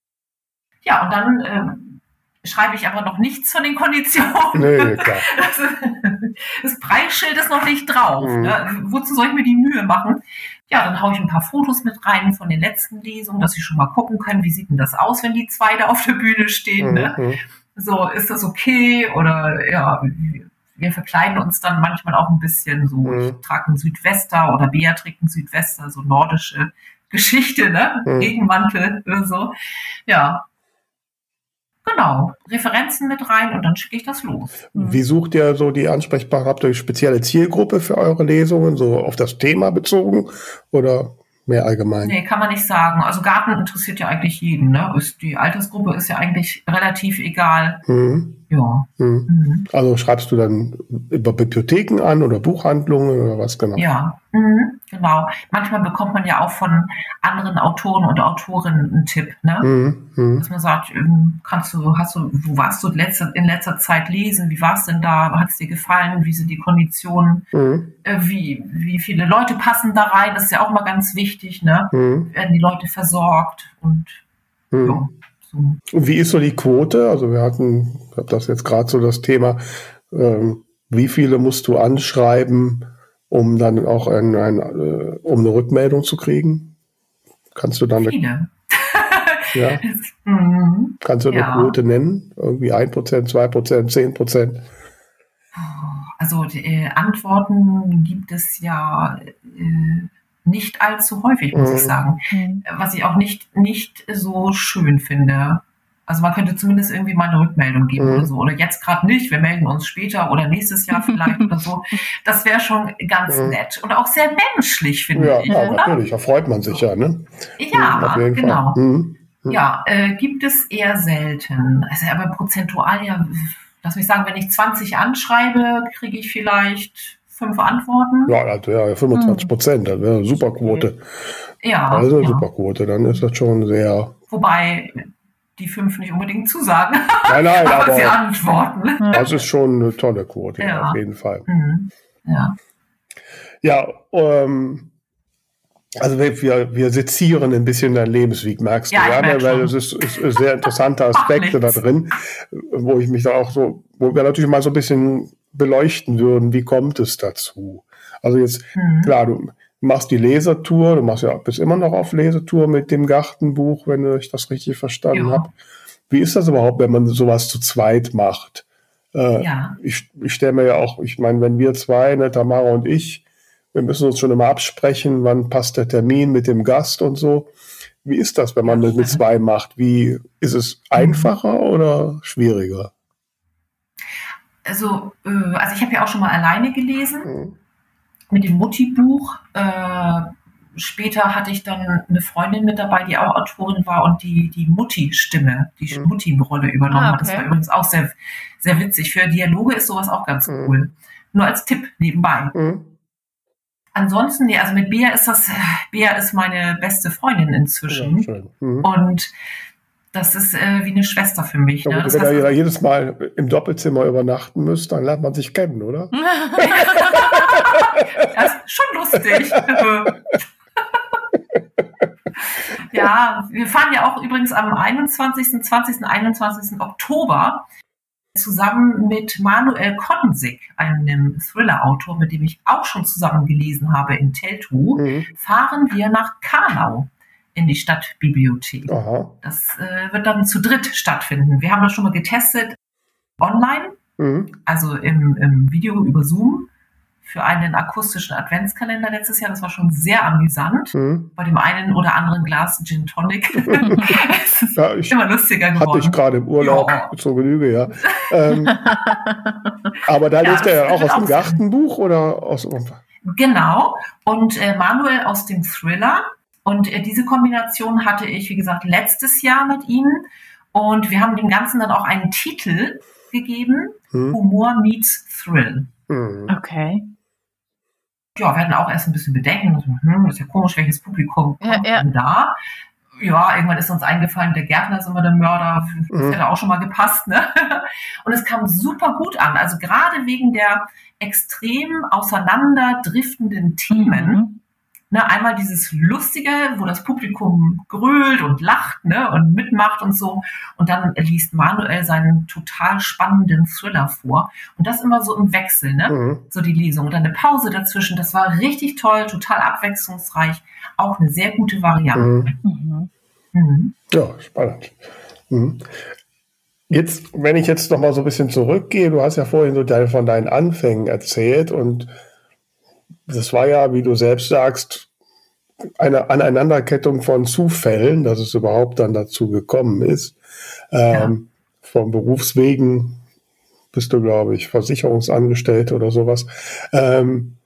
Ja, und dann ähm, schreibe ich aber noch nichts von den Konditionen. Nee, klar. Das, das Preisschild ist noch nicht drauf. Mhm. Ne? Wozu soll ich mir die Mühe machen? Ja, dann haue ich ein paar Fotos mit rein von den letzten Lesungen, dass sie schon mal gucken können, wie sieht denn das aus, wenn die zwei da auf der Bühne stehen. Ne? Mhm. So, ist das okay? Oder ja, wir verkleiden uns dann manchmal auch ein bisschen. So, Mhm. ich trage einen Südwester oder Bea trägt einen Südwester, so nordische Geschichte, ne? Mhm. Regenmantel oder so. Ja. Genau. Referenzen mit rein und dann schicke ich das los. Wie sucht ihr so die Ansprechpartner? Habt ihr eine spezielle Zielgruppe für eure Lesungen, so auf das Thema bezogen oder mehr allgemein? Nee, kann man nicht sagen. Also Garten interessiert ja eigentlich jeden, ne? Ist, die Altersgruppe ist ja eigentlich relativ egal. Mhm. Ja. Mhm. Mhm. Also schreibst du dann über Bibliotheken an oder Buchhandlungen oder was genau? Ja, mhm, genau. Manchmal bekommt man ja auch von anderen Autoren und Autorinnen einen Tipp, ne? Mhm. Mhm. Dass man sagt, ähm, kannst du, hast du, wo warst du letzte, in letzter Zeit lesen? Wie war es denn da? Hat es dir gefallen? Wie sind die Konditionen? Mhm. Äh, wie, wie viele Leute passen da rein? Das ist ja auch mal ganz wichtig, ne? Mhm. Werden die Leute versorgt? Und Mhm. ja, so. Und wie ist so die Quote? Also wir hatten, ich habe das jetzt gerade so das Thema, ähm, wie viele musst du anschreiben, um dann auch ein, ein, äh, um eine Rückmeldung zu kriegen? Kannst du dann eine, Viele. ja, Mhm. kannst du eine Ja. Quote nennen? Irgendwie ein Prozent, zwei Prozent, zehn Prozent? Also die äh, Antworten gibt es ja äh, nicht allzu häufig, muss Mhm. ich sagen. Mhm. Was ich auch nicht, nicht so schön finde. Also man könnte zumindest irgendwie mal eine Rückmeldung geben Mhm. oder so. Oder jetzt gerade nicht, wir melden uns später oder nächstes Jahr vielleicht oder so. Das wäre schon ganz Mhm. nett und auch sehr menschlich, finde Ja, ich, ja, oder? natürlich, da freut man sich ja, ne? Ja, Auf jeden genau. Fall. Mhm. Mhm. Ja, äh, gibt es eher selten. Also aber prozentual ja, lass mich sagen, wenn ich zwanzig anschreibe, kriege ich vielleicht fünf Antworten. Ja, also, ja, fünfundzwanzig Prozent, das wäre eine super Quote. Ja, Also eine ja. super Quote, dann ist das schon sehr. Wobei die fünf nicht unbedingt zusagen, Nein, nein, aber sie aber antworten. das ist schon eine tolle Quote, ja, Ja. auf jeden Fall. Mhm. Ja. Ja, ähm, also wir, wir, wir sezieren ein bisschen deinen Lebensweg, merkst du, Ja, ich ja, merk weil schon. es ist, ist, ist sehr interessante Aspekte da nichts. drin, wo ich mich da auch so, wo wir natürlich mal so ein bisschen beleuchten würden, wie kommt es dazu? Also jetzt, Mhm. klar, du machst die Lesertour, du machst ja bist immer noch auf Lesertour mit dem Gartenbuch, wenn ich das richtig verstanden Ja. habe. Wie ist das überhaupt, wenn man sowas zu zweit macht? Äh, Ja. Ich, ich stelle mir ja auch, ich meine, wenn wir zwei, ne, Tamara und ich, wir müssen uns schon immer absprechen, wann passt der Termin mit dem Gast und so. Wie ist das, wenn man das mit zwei macht? Wie ist es einfacher oder schwieriger? Also, äh, also ich habe ja auch schon mal alleine gelesen. Mhm. mit dem Mutti-Buch. Äh, später hatte ich dann eine Freundin mit dabei, die auch Autorin war und die die Mutti-Stimme, die Mhm. Mutti-Rolle übernommen Ah, hat. Das okay. war übrigens auch sehr, sehr witzig. Für Dialoge ist sowas auch ganz Mhm. cool. Nur als Tipp nebenbei. Mhm. Ansonsten, nee, also mit Bea ist das, Bea ist meine beste Freundin Ja, inzwischen. schön. Mhm. Und das ist äh, wie eine Schwester für mich. Ja, Ne? gut, Das wenn heißt, ihr da jedes Mal im Doppelzimmer übernachten müsst, dann lernt man sich kennen, oder? das ist schon lustig. Ja, wir fahren ja auch übrigens am einundzwanzigsten, zwanzigsten, einundzwanzigsten Oktober zusammen mit Manuel Kottensig, einem Thriller-Autor, mit dem ich auch schon zusammen gelesen habe in Teltow, Mhm. fahren wir nach Karlau in die Stadtbibliothek. Aha. Das äh, wird dann zu dritt stattfinden. Wir haben das schon mal getestet online, Mhm. also im, im Video über Zoom für einen akustischen Adventskalender letztes Jahr. Das war schon sehr amüsant. Mhm. Bei dem einen oder anderen Glas Gin Tonic. Es ist Ja, ich immer lustiger geworden. hatte ich gerade im Urlaub Ja. zur Genüge, ja. Ähm, aber da Ja, liest er ja das auch wird aus dem auch sein. Gartenbuch oder aus. Genau. Und äh, Manuel aus dem Thriller. Und äh, diese Kombination hatte ich, wie gesagt, letztes Jahr mit ihm. Und wir haben dem Ganzen dann auch einen Titel gegeben. Hm? Humor meets Thrill. Hm. Okay. Ja, wir hatten auch erst ein bisschen Bedenken. Also, hm, das ist ja komisch, welches Publikum Ja, kommt ja. denn da? Ja, irgendwann ist uns eingefallen, der Gärtner ist immer der Mörder. Das Mhm. hätte auch schon mal gepasst, ne? Und es kam super gut an. Also gerade wegen der extrem auseinanderdriftenden Themen. Mhm. Ne, einmal dieses Lustige, wo das Publikum grölt und lacht, ne, und mitmacht und so. Und dann liest Manuel seinen total spannenden Thriller vor. Und das immer so im Wechsel, ne? Mhm. So die Lesung. Und dann eine Pause dazwischen. Das war richtig toll, total abwechslungsreich. Auch eine sehr gute Variante. Mhm. Mhm. Mhm. Ja, spannend. Mhm. Jetzt, wenn ich jetzt noch mal so ein bisschen zurückgehe, du hast ja vorhin so dein, von deinen Anfängen erzählt und das war ja, wie du selbst sagst, eine Aneinanderkettung von Zufällen, dass es überhaupt dann dazu gekommen ist. Ähm, Von Berufswegen bist du, glaube ich, Versicherungsangestellte oder sowas. Ähm,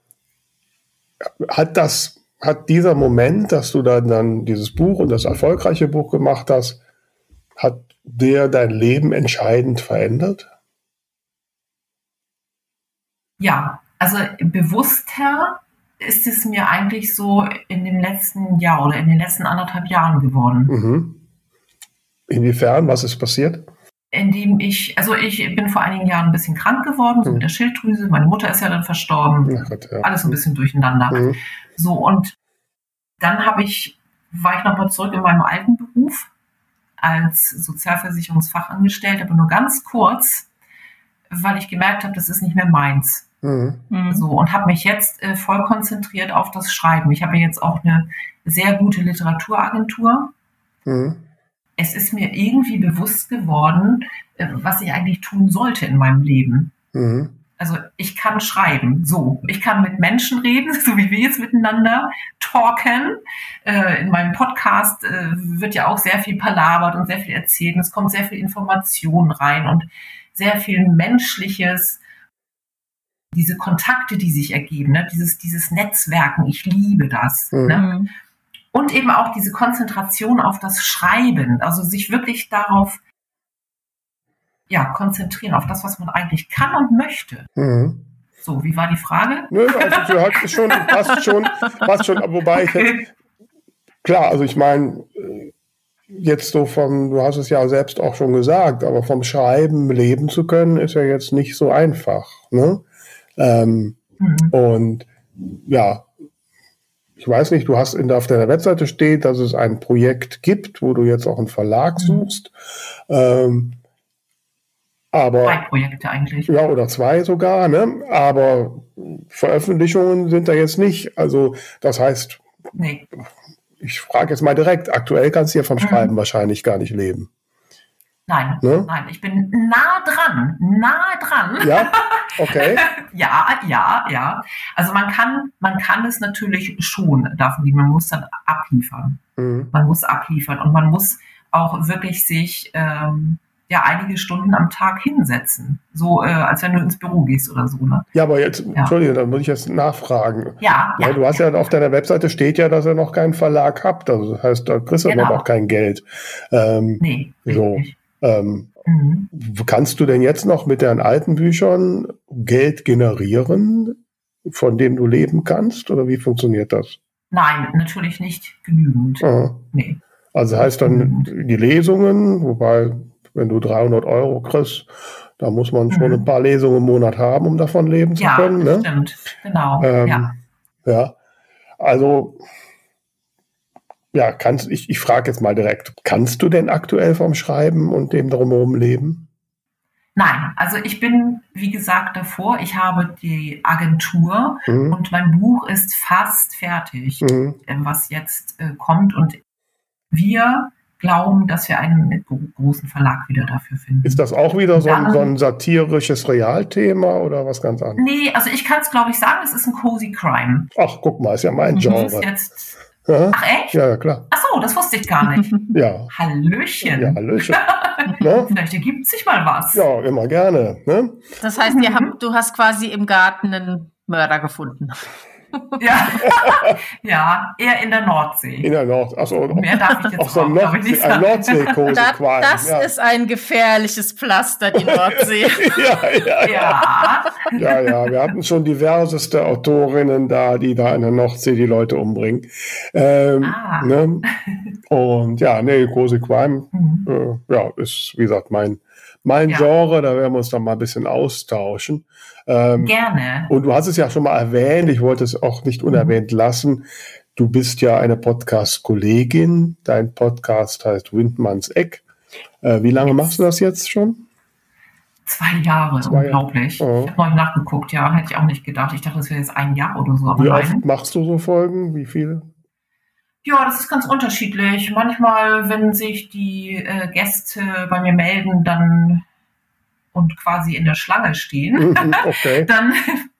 hat das, hat dieser Moment, dass du dann, dann dieses Buch und das erfolgreiche Buch gemacht hast, hat der dein Leben entscheidend verändert? Ja, also bewusster ist es mir eigentlich so in dem letzten Jahr oder in den letzten anderthalb Jahren geworden. Mhm. Inwiefern? Was ist passiert? Indem ich, also ich bin vor einigen Jahren ein bisschen krank geworden, so Mhm. mit der Schilddrüse. Meine Mutter ist ja dann verstorben. Ach Gott, ja. Alles ein bisschen durcheinander. Mhm. So, und dann habe ich, war ich nochmal zurück in meinem alten Beruf als Sozialversicherungsfachangestellte, aber nur ganz kurz, weil ich gemerkt habe, das ist nicht mehr meins. Mhm. Mhm. So, und habe mich jetzt äh, voll konzentriert auf das Schreiben. Ich habe jetzt auch eine sehr gute Literaturagentur. Mhm. Es ist mir irgendwie bewusst geworden, äh, was ich eigentlich tun sollte in meinem Leben. Mhm. Also ich kann schreiben, so. Ich kann mit Menschen reden, so wie wir jetzt miteinander talken. Äh, in meinem Podcast äh, wird ja auch sehr viel palabert und sehr viel erzählt. Und es kommt sehr viel Information rein und sehr viel Menschliches. Diese Kontakte, die sich ergeben, ne? dieses, dieses Netzwerken, ich liebe das. Mhm. Ne? Mhm. Und eben auch diese Konzentration auf das Schreiben, also sich wirklich darauf ja, konzentrieren, auf das, was man eigentlich kann und möchte. Mhm. So, wie war die Frage? Nö, also du hast schon, passt schon, passt schon, wobei ich jetzt, klar, also ich meine, jetzt so vom, du hast es ja selbst auch schon gesagt, aber vom Schreiben leben zu können, ist ja jetzt nicht so einfach, ne? Ähm, Mhm. und ja, ich weiß nicht, du hast in, auf deiner Webseite steht, dass es ein Projekt gibt, wo du jetzt auch einen Verlag suchst. Ähm, aber Zwei Projekte eigentlich. ja, oder zwei sogar, ne? Aber Veröffentlichungen sind da jetzt nicht. Also das heißt, Nee. ich frage jetzt mal direkt, aktuell kannst du ja vom Schreiben Mhm. wahrscheinlich gar nicht leben. Nein, Ne? nein, ich bin nah dran, nah dran. Ja, okay. Ja, ja, ja. Also man kann, man kann es natürlich schon, darf nicht, man muss dann abliefern. Mhm. Man muss abliefern und man muss auch wirklich sich ähm, ja einige Stunden am Tag hinsetzen. So, äh, als wenn du ins Büro gehst oder so. Ne? Ja, aber jetzt, Ja. Entschuldigung, da muss ich jetzt nachfragen. Ja, Ja, ja. du hast ja auf deiner Webseite steht ja, dass ihr noch keinen Verlag habt. Also das heißt, da kriegst du Genau. noch auch kein Geld. Ähm, Nee, so. richtig. Ähm, Mhm. kannst du denn jetzt noch mit deinen alten Büchern Geld generieren, von dem du leben kannst? Oder wie funktioniert das? Nein, natürlich nicht genügend. Aha. Nee. Also heißt dann die Lesungen, wobei, wenn du dreihundert Euro kriegst, da muss man schon Mhm. ein paar Lesungen im Monat haben, um davon leben zu Ja, können. das Ne? stimmt. Genau. Ähm, ja. ja, also ja, kannst ich, ich frage jetzt mal direkt, kannst du denn aktuell vom Schreiben und dem drumherum leben? Nein, also ich bin, wie gesagt, davor. Ich habe die Agentur Mhm. und mein Buch ist fast fertig, Mhm. äh, was jetzt äh, kommt. Und wir glauben, dass wir einen gro- großen Verlag wieder dafür finden. Ist das auch wieder so ein, Ja. so ein satirisches Realthema oder was ganz anderes? Nee, also ich kann es, glaube ich, sagen, es ist ein Cozy Crime. Ach, guck mal, ist ja mein Mhm. Das ist Genre. jetzt. Ja, Ach echt? ja, ja, klar. Ach so, das wusste ich gar nicht. Ja, Hallöchen. ja, Hallöchen. Ne? Vielleicht ergibt sich mal was. Ja, immer gerne. Ne? Das heißt, ihr habt, du hast quasi im Garten einen Mörder gefunden. Ja. Ja, eher in der Nordsee. In der Nord, achso, Mehr darf ich jetzt auch so ein, auch, glaub ich, Nordsee, nicht ein sagen. Nordseekose Das, quasi. das ja. ist ein gefährliches Pflaster, die Nordsee. ja, ja, ja. Ja. Ja, ja, wir hatten schon diverseste Autorinnen da, die da in der Nordsee die Leute umbringen. Ähm, Ah. ne? Und ja, nee, Cozy Crime, Mhm. äh, ja, ist, wie gesagt, mein, mein Ja. Genre, da werden wir uns dann mal ein bisschen austauschen. Ähm, Gerne. und du hast es ja schon mal erwähnt, ich wollte es auch nicht unerwähnt lassen. Du bist ja eine Podcast-Kollegin. Dein Podcast heißt Windmanns Eck. Äh, wie lange machst du das jetzt schon? Zwei Jahre, Zwei Jahre. unglaublich. Oh. Ich habe neulich nachgeguckt, ja, hätte ich auch nicht gedacht. Ich dachte, das wäre jetzt ein Jahr oder so, aber Wie nein. oft machst du so Folgen? Wie viele? Ja, das ist ganz unterschiedlich. Manchmal, wenn sich die äh, Gäste bei mir melden, dann und quasi in der Schlange stehen, Okay. dann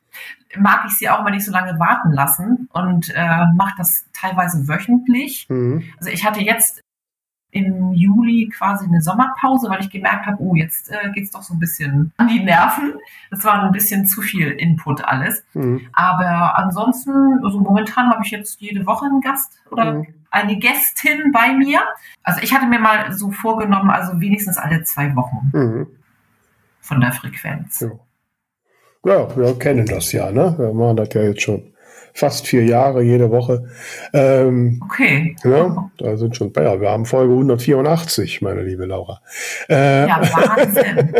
mag ich sie auch mal nicht so lange warten lassen und äh, mache das teilweise wöchentlich. Mhm. Also ich hatte jetzt im Juli quasi eine Sommerpause, weil ich gemerkt habe, oh, jetzt äh, geht's doch so ein bisschen an die Nerven. Das war ein bisschen zu viel Input alles. Mhm. Aber ansonsten, also momentan habe ich jetzt jede Woche einen Gast oder Mhm. eine Gästin bei mir. Also ich hatte mir mal so vorgenommen, also wenigstens alle zwei Wochen Mhm. von der Frequenz. Ja. Ja, wir kennen das ja, ne? Wir machen das ja jetzt schon fast vier Jahre, jede Woche. Ähm, Okay. ne? Da sind schon, ja, wir haben Folge hundertvierundachtzig, meine liebe Laura. Äh, Ja, Wahnsinn.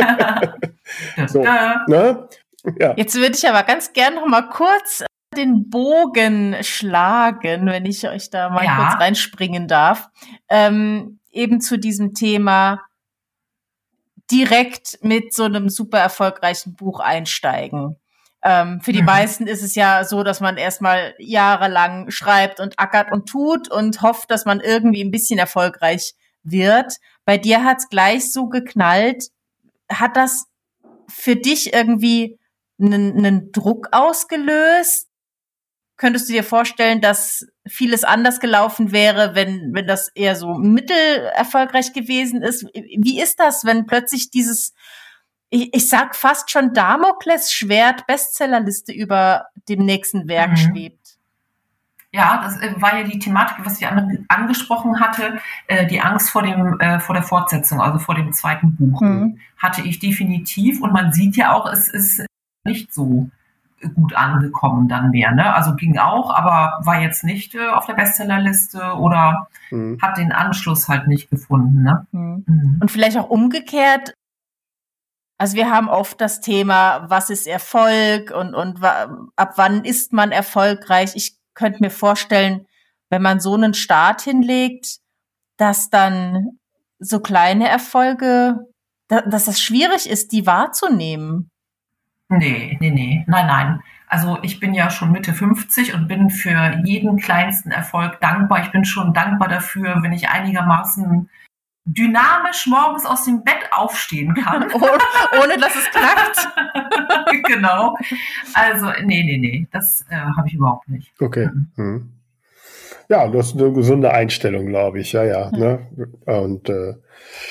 So. Da. ne? Ja. Jetzt würde ich aber ganz gern noch mal kurz den Bogen schlagen, wenn ich euch da mal Ja. kurz reinspringen darf. Ähm, eben zu diesem Thema direkt mit so einem super erfolgreichen Buch einsteigen. Ähm, für die Mhm. meisten ist es ja so, dass man erstmal jahrelang schreibt und ackert und tut und hofft, dass man irgendwie ein bisschen erfolgreich wird. Bei dir hat's gleich so geknallt. Hat das für dich irgendwie einen, einen Druck ausgelöst? Könntest du dir vorstellen, dass vieles anders gelaufen wäre, wenn, wenn das eher so mittelerfolgreich gewesen ist? Wie ist das, wenn plötzlich dieses, ich, ich sag fast schon Damoklesschwert Bestsellerliste über dem nächsten Werk Mhm. schwebt? Ja, das äh, war ja die Thematik, was ich an, angesprochen hatte, äh, die Angst vor dem äh, vor der Fortsetzung, also vor dem zweiten Buch, Mhm. hatte ich definitiv. Und man sieht ja auch, es ist nicht so gut angekommen dann mehr. Ne? Also ging auch, aber war jetzt nicht äh, auf der Bestsellerliste oder Mhm. hat den Anschluss halt nicht gefunden. Ne? Mhm. Mhm. Und vielleicht auch umgekehrt. Also wir haben oft das Thema, was ist Erfolg und, und wa- ab wann ist man erfolgreich? Ich könnte mir vorstellen, wenn man so einen Start hinlegt, dass dann so kleine Erfolge, da, dass das schwierig ist, die wahrzunehmen. Nee, nee, nee, nein, nein. Also ich bin ja schon Mitte fünfzig und bin für jeden kleinsten Erfolg dankbar. Ich bin schon dankbar dafür, wenn ich einigermaßen dynamisch morgens aus dem Bett aufstehen kann. ohne, ohne dass es knackt. Genau. Also, nee, nee, nee, das äh, habe ich überhaupt nicht. Okay. Mhm. Ja, das ist eine gesunde Einstellung, glaube ich. Ja, ja. Ne? Und äh,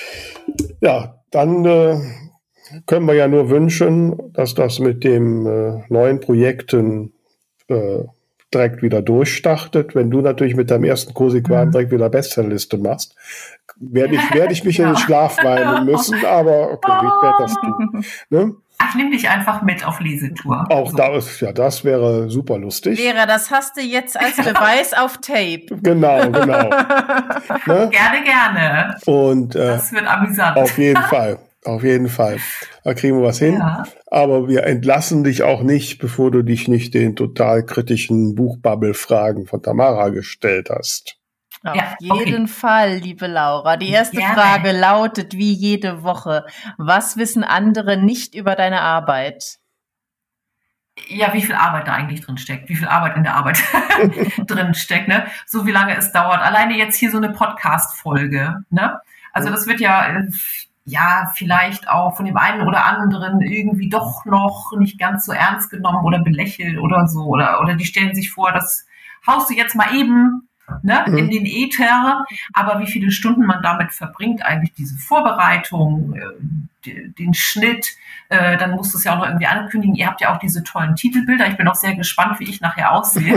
Ja, dann äh, können wir ja nur wünschen, dass das mit den äh, neuen Projekten äh, direkt wieder durchstartet. Wenn du natürlich mit deinem ersten Kosequan mhm. direkt wieder Bestsellerliste machst, werde ich, werd ich mich ja. in den Schlaf weinen müssen, aber okay, ich werde das tun. Ne? Ich nehme dich einfach mit auf Lesetour. Auch so. da ist, ja, das wäre super lustig. Vera, das hast du jetzt als Beweis auf Tape. Genau, genau. Ne? Gerne, gerne. Und, äh, das wird amüsant. Auf jeden Fall, auf jeden Fall. Da kriegen wir was hin. Ja. Aber wir entlassen dich auch nicht, bevor du dich nicht den total kritischen Buchbubble-Fragen von Tamara gestellt hast. Auf ja, jeden okay. Fall, liebe Laura. Die erste Gerne. Frage lautet wie jede Woche: Was wissen andere nicht über deine Arbeit? Ja, wie viel Arbeit da eigentlich drin steckt, wie viel Arbeit in der Arbeit drin steckt, ne? So wie lange es dauert. Alleine jetzt hier so eine Podcast-Folge, ne? Also das wird ja, ja, vielleicht auch von dem einen oder anderen irgendwie doch noch nicht ganz so ernst genommen oder belächelt oder so. Oder, oder die stellen sich vor, das haust du jetzt mal eben Ne, mhm. in den Äther, aber wie viele Stunden man damit verbringt, eigentlich diese Vorbereitung, äh, den Schnitt, äh, dann musst du es ja auch noch irgendwie ankündigen. Ihr habt ja auch diese tollen Titelbilder. Ich bin auch sehr gespannt, wie ich nachher aussehe.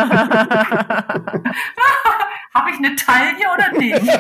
Habe ich eine Taille oder nicht?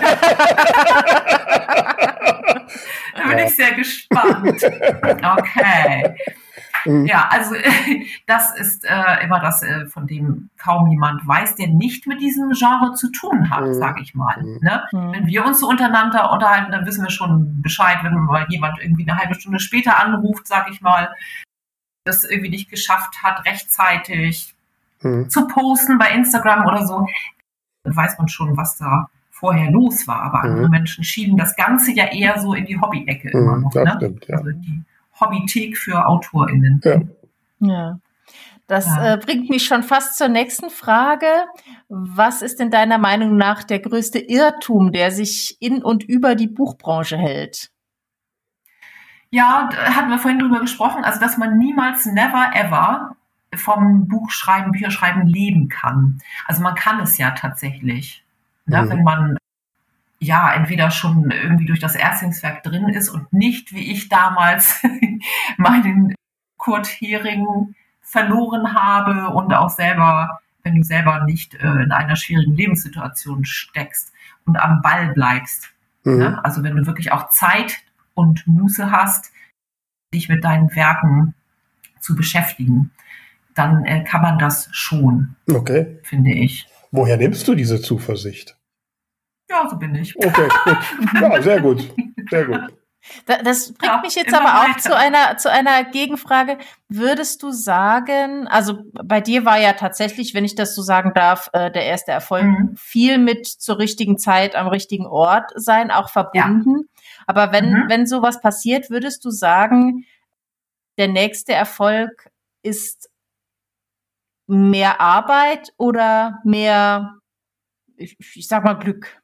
Da bin ja. ich sehr gespannt. Okay. Ja, also das ist äh, immer das, äh, von dem kaum jemand weiß, der nicht mit diesem Genre zu tun hat, mhm. sage ich mal. Ne? Mhm. Wenn wir uns so untereinander unterhalten, dann wissen wir schon Bescheid, wenn mal jemand irgendwie eine halbe Stunde später anruft, sage ich mal, das irgendwie nicht geschafft hat, rechtzeitig mhm. zu posten bei Instagram oder so, dann weiß man schon, was da vorher los war. Aber mhm. andere Menschen schieben das Ganze ja eher so in die Hobby-Ecke mhm, immer noch. Das ne? stimmt, ja. Also die Hobbythek für AutorInnen. Ja. ja. Das ja. äh, bringt mich schon fast zur nächsten Frage. Was ist denn deiner Meinung nach der größte Irrtum, der sich in und über die Buchbranche hält? Ja, da hatten wir vorhin drüber gesprochen, also dass man niemals, never ever vom Buchschreiben, Bücherschreiben leben kann. Also man kann es ja tatsächlich, mhm. ne, wenn man ja, entweder schon irgendwie durch das Erstlingswerk drin ist und nicht, wie ich damals meinen Kurt Hering verloren habe und auch selber, wenn du selber nicht äh, in einer schwierigen Lebenssituation steckst und am Ball bleibst. Mhm. Ne? Also wenn du wirklich auch Zeit und Muße hast, dich mit deinen Werken zu beschäftigen, dann äh, kann man das schon, okay. finde ich. Woher nimmst du diese Zuversicht? Ja, so bin ich. Okay, gut. Ja, sehr gut. Sehr gut. Das bringt ja, mich jetzt aber auch weiter. zu einer, zu einer Gegenfrage. Würdest du sagen, also bei dir war ja tatsächlich, wenn ich das so sagen darf, der erste Erfolg mhm. viel mit zur richtigen Zeit am richtigen Ort sein, auch verbunden. Ja. Aber wenn, mhm. wenn sowas passiert, würdest du sagen, der nächste Erfolg ist mehr Arbeit oder mehr, ich, ich sag mal, Glück?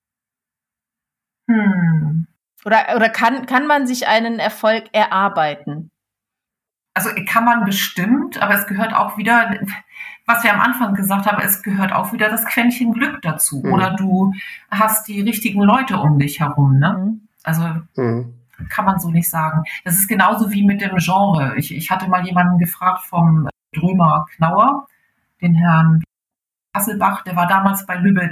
Hm. Oder, oder kann, kann man sich einen Erfolg erarbeiten? Also kann man bestimmt, aber es gehört auch wieder, was wir am Anfang gesagt haben, es gehört auch wieder das Quäntchen Glück dazu. Mhm. Oder du hast die richtigen Leute um dich herum. Ne? Mhm. Also mhm. kann man so nicht sagen. Das ist genauso wie mit dem Genre. Ich, ich hatte mal jemanden gefragt vom Drömer Knauer, den Herrn Hasselbach, der war damals bei Lübeck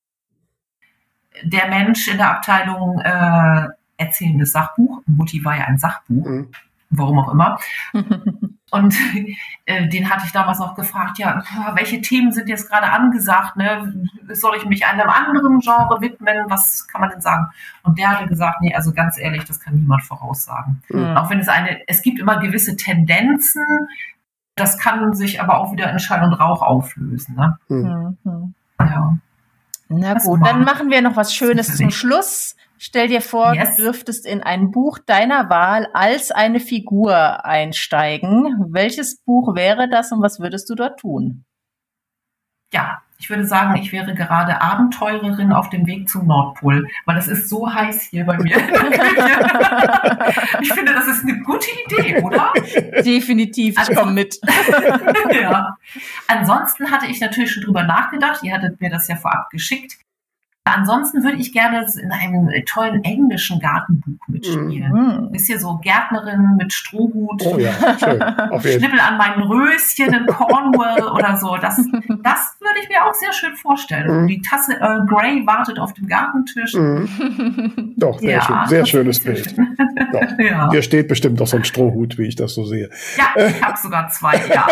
der Mensch in der Abteilung äh, erzählendes Sachbuch. Mutti war ja ein Sachbuch, mhm. warum auch immer. Und äh, den hatte ich damals noch gefragt, ja, welche Themen sind jetzt gerade angesagt? Ne? Soll ich mich einem anderen Genre widmen? Was kann man denn sagen? Und der hatte gesagt, nee, also ganz ehrlich, das kann niemand voraussagen. Mhm. Auch wenn es eine, es gibt immer gewisse Tendenzen, das kann sich aber auch wieder in Schall und Rauch auflösen. Ne? Mhm. Ja. Na gut, dann machen wir noch was Schönes zum Schluss. Stell dir vor, yes. du dürftest in ein Buch deiner Wahl als eine Figur einsteigen. Welches Buch wäre das und was würdest du dort tun? Ja, ich würde sagen, ich wäre gerade Abenteurerin auf dem Weg zum Nordpol, weil es ist so heiß hier bei mir. Ich finde, das ist eine gute Idee, oder? Definitiv, ich komme mit. Ja. Ansonsten hatte ich natürlich schon drüber nachgedacht, ihr hattet mir das ja vorab geschickt, Ansonsten würde ich gerne in einem tollen englischen Gartenbuch mitspielen. Mhm. Ist hier so Gärtnerin mit Strohhut. Oh ja, schön. Auf jeden. Schnippel an meinen Röschen in Cornwall oder so. Das, das würde ich mir auch sehr schön vorstellen. Mhm. Die Tasse Earl Grey wartet auf dem Gartentisch. Mhm. Doch, sehr Ja, schön. Sehr das schönes ist sehr Bild. schön. Doch. Ja. Hier steht bestimmt auch so ein Strohhut, wie ich das so sehe. Ja, ich habe sogar zwei, ja.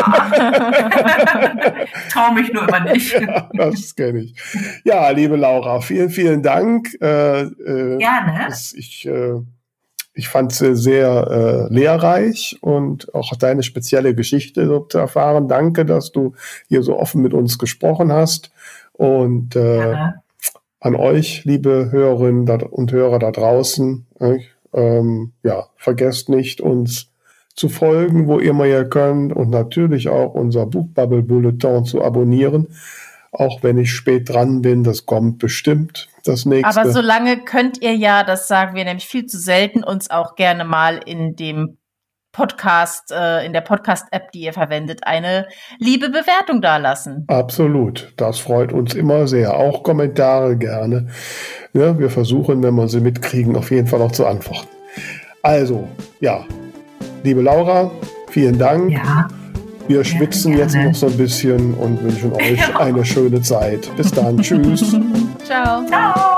Traue mich nur immer nicht. Ja, das kenne ich. Ja, liebe Laura, vielen, vielen Dank. Äh, äh, Gerne. das, ich äh, ich fand es sehr äh, lehrreich und auch deine spezielle Geschichte so zu erfahren. Danke, dass du hier so offen mit uns gesprochen hast. Und äh, Gerne. an euch, liebe Hörerinnen und Hörer da draußen, äh, ähm, ja, vergesst nicht, uns zu folgen, wo immer ihr könnt, und natürlich auch unser Buchbubble Bulletin zu abonnieren. Auch wenn ich spät dran bin, das kommt bestimmt das nächste. Aber solange könnt ihr ja, das sagen wir nämlich viel zu selten, uns auch gerne mal in dem Podcast, äh, in der Podcast-App, die ihr verwendet, eine liebe Bewertung dalassen. Absolut, das freut uns immer sehr. Auch Kommentare gerne. Ja, wir versuchen, wenn wir sie mitkriegen, auf jeden Fall auch zu antworten. Also, ja, liebe Laura, vielen Dank. Ja. Wir schwitzen gerne. jetzt noch so ein bisschen und wünschen euch Ja. eine schöne Zeit. Bis dann, tschüss. Ciao. Ciao.